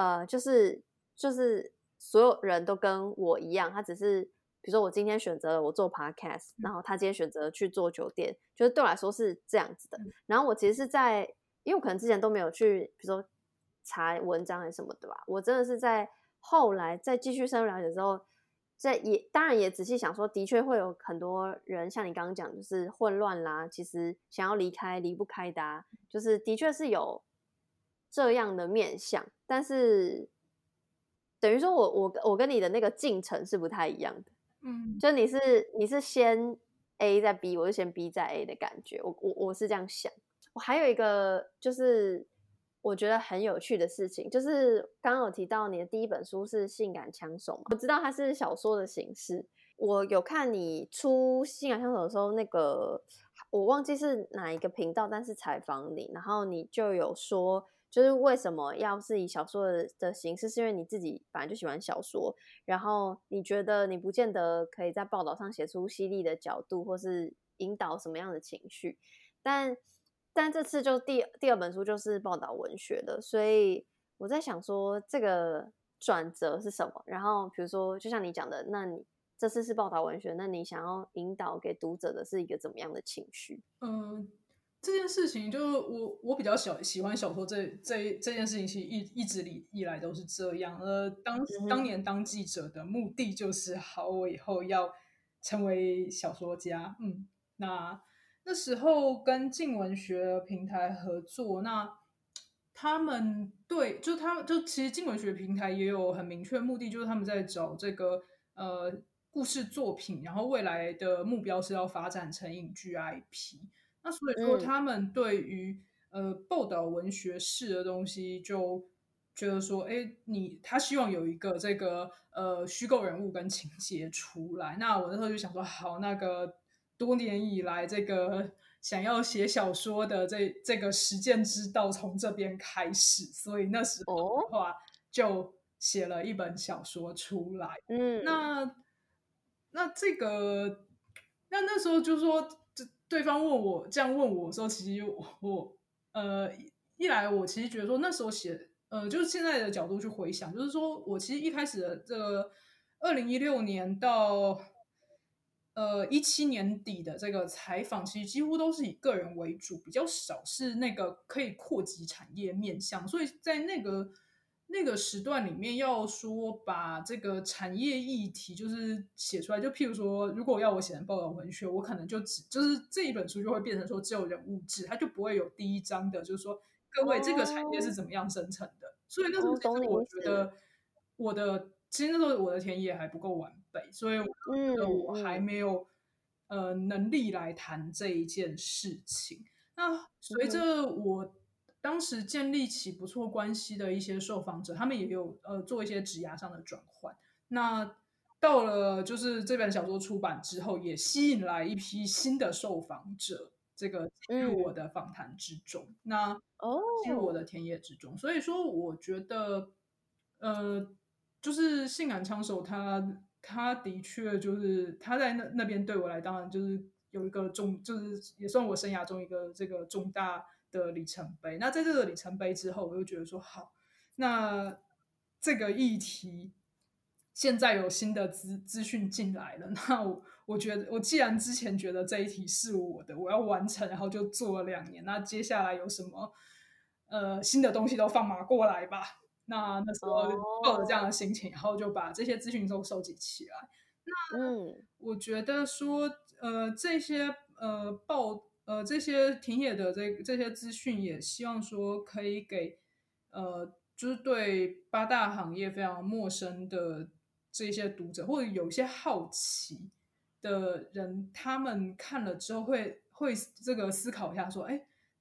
就是所有人都跟我一样，他只是比如说我今天选择了我做 podcast，然后他今天选择去做酒店，就是对我来说是这样子的。然后我其实是因为我可能之前都没有去，比如说查文章还是什么的吧，我真的是在后来再继续深入了解之后，当然也仔细想说，的确会有很多人像你刚刚讲，就是混乱啦，其实想要离开离不开的啊，就是的确是有这样的面向，但是等于说我跟你的那个进程是不太一样的，就你是先 A 再 B， 我是先 B 再 A 的感觉，我是这样想。我还有一个就是我觉得很有趣的事情，就是刚刚有提到你的第一本书是性感枪手嘛，我知道它是小说的形式。我有看你出性感枪手的时候，那个我忘记是哪一个频道，但是采访你，然后你就有说，就是为什么要是以小说的形式，是因为你自己本来就喜欢小说，然后你觉得你不见得可以在报道上写出犀利的角度，或是引导什么样的情绪，但这次就第二本书就是报道文学的，所以我在想说这个转折是什么？然后比如说，就像你讲的，那你这次是报道文学，那你想要引导给读者的是一个怎么样的情绪？ 这件事情就是我比较喜欢小说这件事情，其实一直以来都是这样。当年当记者的目的就是好，我以后要成为小说家。那时候跟静文学平台合作，那他们其实静文学平台也有很明确目的，就是他们在找这个故事作品，然后未来的目标是要发展成影剧 IP。那所以说，他们对于报道文学式的东西，就觉得说，他希望有一个这个虚构人物跟情节出来。那我那时候就想说，好，那个多年以来这个想要写小说的这个实践之道从这边开始，所以那时候的话就写了一本小说出来。那这个那时候就说，对方这样问我的时候，其实一来我其实觉得说那时候就是现在的角度去回想，就是说我其实一开始的这个2016年到17年底的这个采访，其实几乎都是以个人为主，比较少是那个可以扩及产业面向，所以在那个时段里面，要说把这个产业议题就是写出来，就譬如说，如果要我写成报道文学，我可能就是这一本书就会变成说只有人物志，它就不会有第一章的，就是说各位这个产业是怎么样生成的。所以那时候其实我觉得其实那时候我的田野还不够完备，所以我觉得我还没有能力来谈这一件事情。那随着我当时建立起不错关系的一些受访者，他们也有做一些职涯上的转换。那到了就是这本小说出版之后，也吸引来一批新的受访者，这个进入我的访谈之中，进入我的田野之中。所以说，我觉得就是性感枪手他的确就是他在那边对我来，当然就是有一个就是也算我生涯中一个这个重大的里程碑。那在这个里程碑之后，我就觉得说好，那这个议题现在有新的资讯进来了，那我觉得我既然之前觉得这一题是我的，我要完成，然后就做了2年，那接下来有什么新的东西都放马过来吧。那时候抱着这样的心情，然后就把这些资讯都收集起来。那我觉得说，这些这些田野的这些资讯，也希望说可以给就是对8大行业非常陌生的这些读者，或者有一些好奇的人，他们看了之后会这个思考一下，说，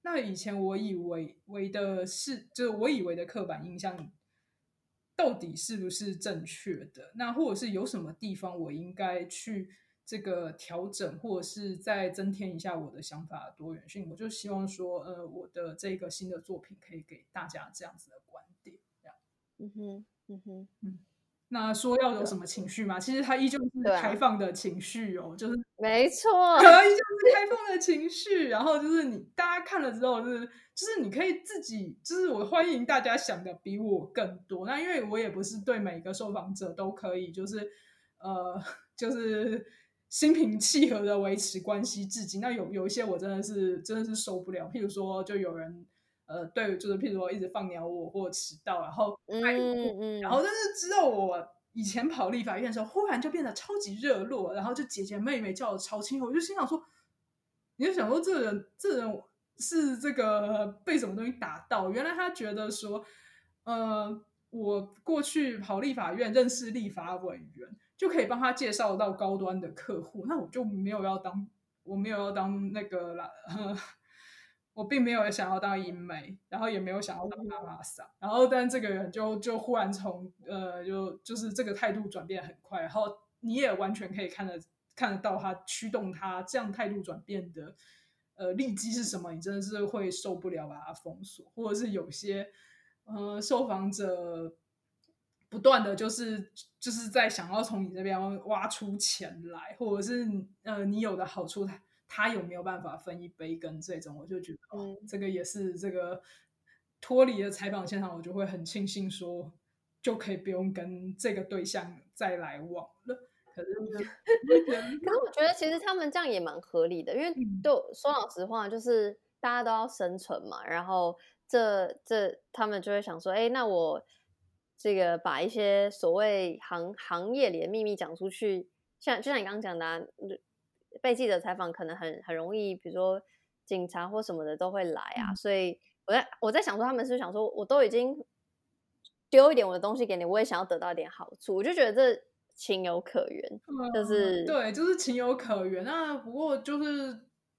那以前我以为的是，就是我以为的刻板印象到底是不是正确的？那或者是有什么地方我应该去这个调整，或者是再增添一下我的想法的多元性？我就希望说，我的这个新的作品可以给大家这样子的观点。这样， 嗯哼，嗯哼， 那说要有什么情绪嘛？其实它依旧是对啊开放的情绪哦，就是没错， 依旧是开放的情绪。然后就是大家看了之后，就是你可以自己，就是我欢迎大家想的比我更多。那因为我也不是对每个受访者都可以，就是就是心平气和的维持关系至今。那有一些我真的是受不了，譬如说就有人对，就是譬如说一直放鸟我或迟到，然后然后但是知道我以前跑立法院的时候，忽然就变得超级热络，然后就姐姐妹妹叫我超亲，我就心想说，你就想说这人是这个被什么东西打到？原来他觉得说，我过去跑立法院认识立法委员，就可以帮他介绍到高端的客户，那我就没有要当，我没有要当那个啦。我并没有想要当银媒，然后也没有想要当妈妈桑，然后但这个人就忽然从就是这个态度转变很快，然后你也完全可以看得到他驱动他这样态度转变的利基是什么，你真的是会受不了把它封锁，或者是有些受访者不断的就是在想要从你这边挖出钱来，或者是你有的好处他有没有办法分一杯羹这种，我就觉得这个也是这个脱离了采访现场，我就会很庆幸说就可以不用跟这个对象再来往了。可是我觉得其实他们这样也蛮合理的，因为就说老实话，就是大家都要生存嘛，然后他们就会想说，哎，那我这个把一些所谓行业里的秘密讲出去，就像你刚刚讲的啊，被记者采访可能很容易，比如说警察或什么的都会来啊，所以我在想说，他们是想说，我都已经丢一点我的东西给你，我也想要得到一点好处，我就觉得这情有可原，就是对，就是情有可原。那不过就是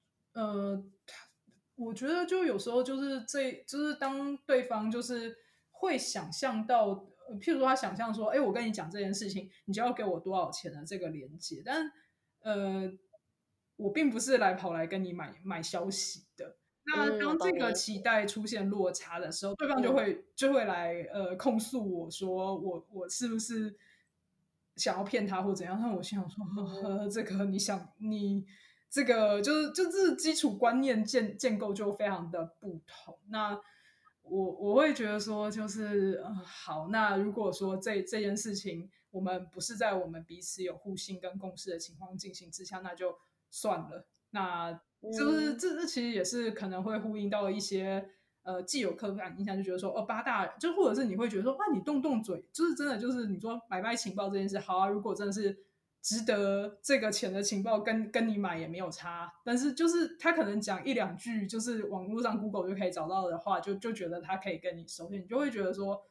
我觉得就有时候就是当对方就是会想象到，譬如说他想象说，哎，我跟你讲这件事情，你就要给我多少钱的这个连接，但我并不是跑来跟你买消息的。那当这个期待出现落差的时候，对方就会来控诉我说我是不是想要骗他或怎样？那我心想说，这个你这个就是基础观念建构就非常的不同。那我会觉得说，就是好，那如果说这件事情我们不是在我们彼此有互信跟共识的情况进行之下，那就算了。那就是这其实也是可能会呼应到一些既有刻板印象，就觉得说八大人，就或者是你会觉得说你动嘴，就是真的就是你说买卖情报这件事，好啊，如果真的是值得这个钱的情报跟你买也没有差，但是就是他可能讲一两句，就是网络上 Google 就可以找到的话，就觉得他可以跟你收钱，你就会觉得说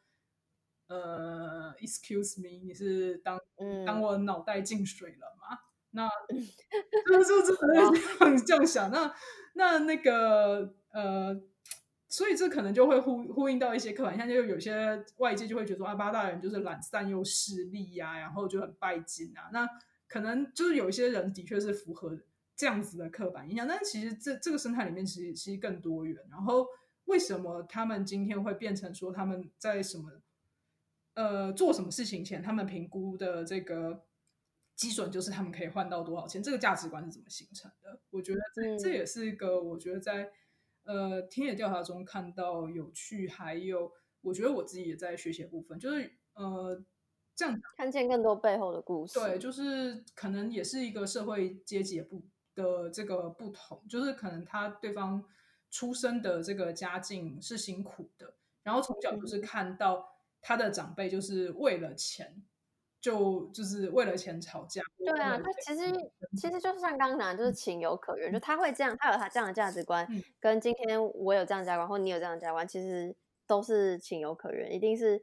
excuse me， 你是当我脑袋进水了吗？那就这样想，那个所以这可能就会呼应到一些刻板印象，就有些外界就会觉得说八大人就是懒散又势利呀，然后就很拜金啊。那可能就是有一些人的确是符合这样子的刻板印象，但是其实这个生态里面其实更多元。然后为什么他们今天会变成说他们在什么做什么事情前，他们评估的这个基准就是他们可以换到多少钱，这个价值观是怎么形成的？我觉得这也是一个我觉得在田野调查中看到有趣，还有我觉得我自己也在学习的部分，就是这样看见更多背后的故事。 对，就是可能也是一个社会阶级的这个不同，就是可能对方出生的这个家境是辛苦的，然后从小就是看到他的长辈就是为了钱，就是为了钱吵架。 对啊，他其实就是像刚刚讲的，就是情有可原，就他会这样，他有他这样的价值观，跟今天我有这样的价值观，或你有这样的价值观，其实都是情有可原，一定是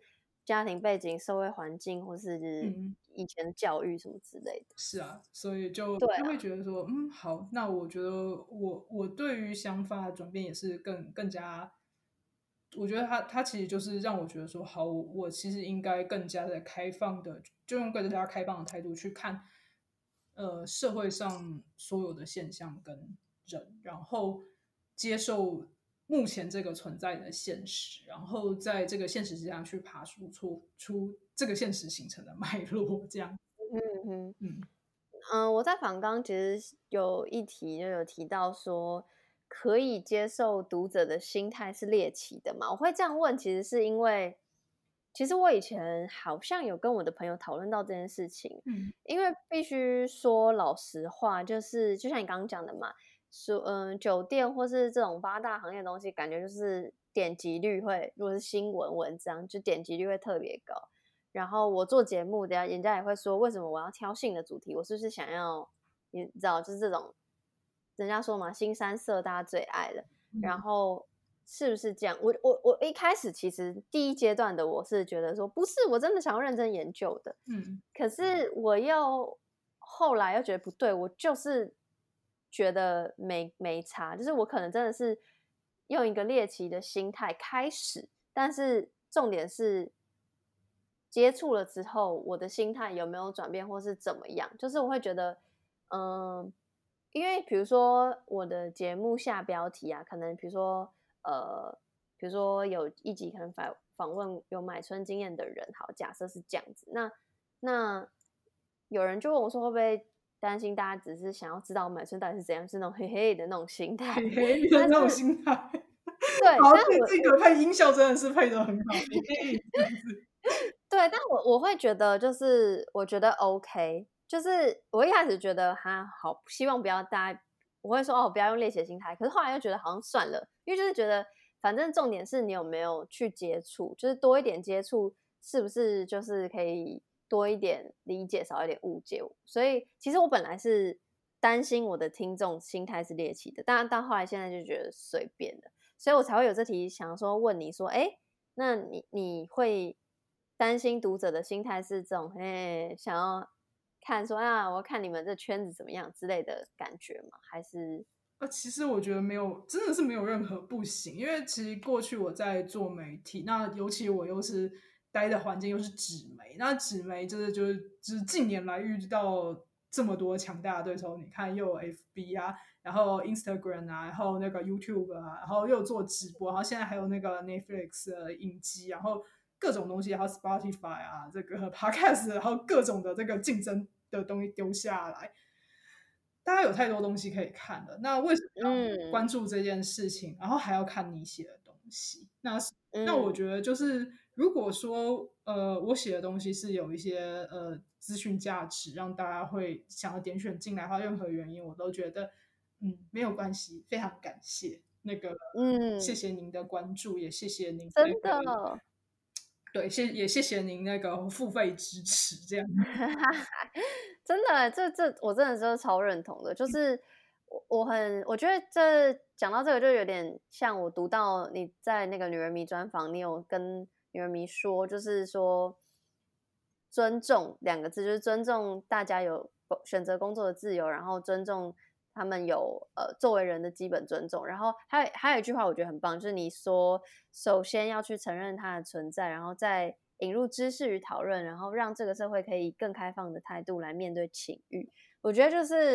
家庭背景、社会环境，或是嗯， 以前的教育什么之类的。 是啊，所以就对会觉得说，好，那我觉得我对于想法的转变也是更加，我觉得他其实就是让我觉得说，好，我其实应该更加的开放的，就用更加开放的态度去看，社会上所有的现象跟人，然后接受目前这个存在的现实，然后在这个现实之下去爬出这个现实形成的脉络，这样， 嗯嗯我在访纲其实有一题就有提到说，可以接受读者的心态是猎奇的嘛？我会这样问，其实是因为，其实我以前好像有跟我的朋友讨论到这件事情， 嗯因为必须说老实话，就是就像你刚刚讲的嘛，说酒店或是这种八大行业的东西，感觉就是点击率会，如果是新闻文章，就点击率会特别高。然后我做节目的呀，人家也会说，为什么我要挑性的主题？我是不是想要，你知道，就是这种，人家说嘛，新三色大家最爱了。然后是不是这样？我一开始其实第一阶段的我是觉得说，不是，我真的想要认真研究的。 嗯可是我又后来又觉得不对，我就是觉得没差，就是我可能真的是用一个猎奇的心态开始，但是重点是接触了之后，我的心态有没有转变，或是怎么样？就是我会觉得，嗯，因为比如说我的节目下标题啊，可能比如说有一集可能访问有买春经验的人，好，假设是这样子，那有人就问我说，会不会担心大家只是想要知道买春到底是怎样，是那种嘿嘿的那种心态？ 嘿嘿的但是那种心态。 对， 好， 但这个配音效真的是配的很好，嘿嘿这样子。 对，但我会觉得，就是我觉得 OK，就是我一开始觉得哈好，希望不要大家，我会说哦不要用猎奇的心态，可是后来又觉得好像算了，因为就是觉得反正重点是你有没有去接触，就是多一点接触，是不是就是可以多一点理解，少一点误解？所以其实我本来是担心我的听众心态是猎奇的，当然到后来现在就觉得随便了，所以我才会有这题想说问你说，哎。那你会担心读者的心态是这种，想要看说啊，我要看你们这圈子怎么样之类的感觉吗？还是其实我觉得没有，真的是没有任何不行，因为其实过去我在做媒体，那尤其我又是待的环境又是纸媒，那纸媒就是近年来遇到这么多强大的对手，你看又有 FB 啊，然后 Instagram 啊，然后那个 YouTube 啊，然后又做直播，然后现在还有那个 Netflix 的影集，然后各种东西，还有 Spotify 啊，这个 Podcast，然后各种的这个竞争的东西丢下来。大家有太多东西可以看了，那为什么要关注这件事情？然后还要看你写的东西？那我觉得就是，如果说我写的东西是有一些资讯价值，让大家会想要点选进来的话，任何原因我都觉得没有关系，非常感谢那个谢谢您的关注，也谢谢您那真个的对也谢谢您那个付费支持这样。 真的，这我真的是超认同的。就是我觉得这讲到这个就有点像我读到你在那个女人迷专访，你有跟女人迷说，就是说尊重两个字，就是尊重大家有选择工作的自由，然后尊重他们有作为人的基本尊重。然后还有一句话我觉得很棒，就是你说首先要去承认它的存在，然后再引入知识与讨论，然后让这个社会可以更开放的态度来面对情欲。我觉得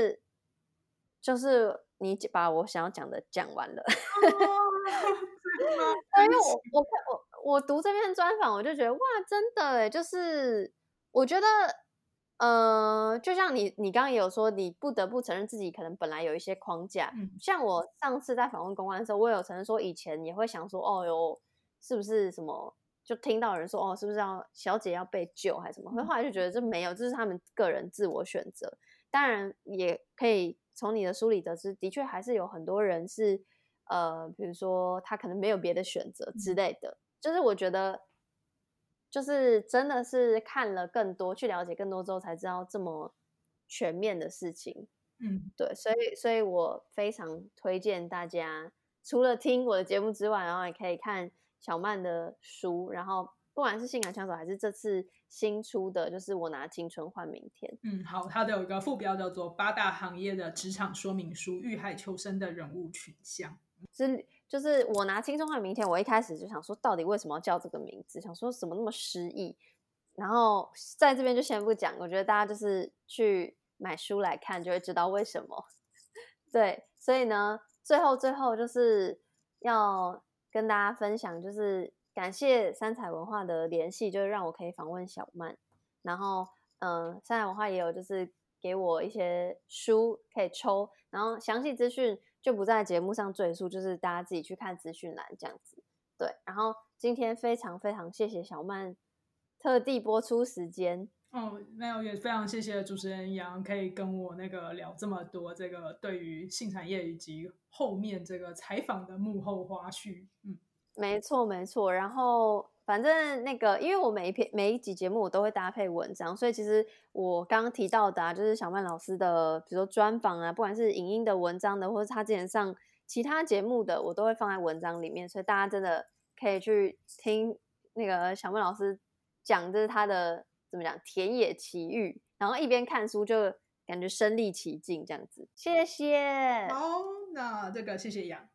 就是你把我想要讲的讲完了。 真的吗？ 对，因为我读这篇专访，我就觉得哇，真的诶，就是我觉得，就像你刚刚也有说，你不得不承认自己可能本来有一些框架。像我上次在访问公关的时候，我有承认说，以前也会想说，哦哟，是不是什么？就听到有人说，哦，是不是要小姐要被救还是什么？后来就觉得这没有，这是他们个人自我选择。当然也可以从你的书里得知，的确还是有很多人是，比如说他可能没有别的选择之类的。就是我觉得，就是真的是看了更多，去了解更多之后，才知道这么全面的事情。对，所以我非常推荐大家，除了听我的节目之外，然后也可以看小曼的书，然后不管是性感枪手还是这次新出的，就是我拿青春换明天。 好，它的有一个副标叫做八大行业的职场说明书，遇害求生的人物群像。 就是我拿青春换明天，我一开始就想说，到底为什么要叫这个名字？想说怎么那么诗意？然后在这边就先不讲，我觉得大家就是去买书来看就会知道为什么。对，所以呢，最后就是要跟大家分享，就是感谢三彩文化的联系，就是让我可以访问小曼。然后，三彩文化也有就是给我一些书可以抽，然后详细资讯就不在节目上赘述，就是大家自己去看资讯栏这样子。对，然后今天非常非常谢谢小曼特地播出时间。 没有，也非常谢谢主持人杨可以跟我聊这么多这个对于性产业以及后面这个采访的幕后花絮。 没错没错，然后反正那个，因为我每一集节目我都会搭配文章，所以其实我刚刚提到的就是小曼老师的，比如说专访啊，不管是影音的文章的，或是他之前上其他节目的，我都会放在文章里面，所以大家真的可以去听那个小曼老师讲，就是他的怎么讲田野奇遇，然后一边看书就感觉身临其境这样子。谢谢。 好，那这个谢谢杨。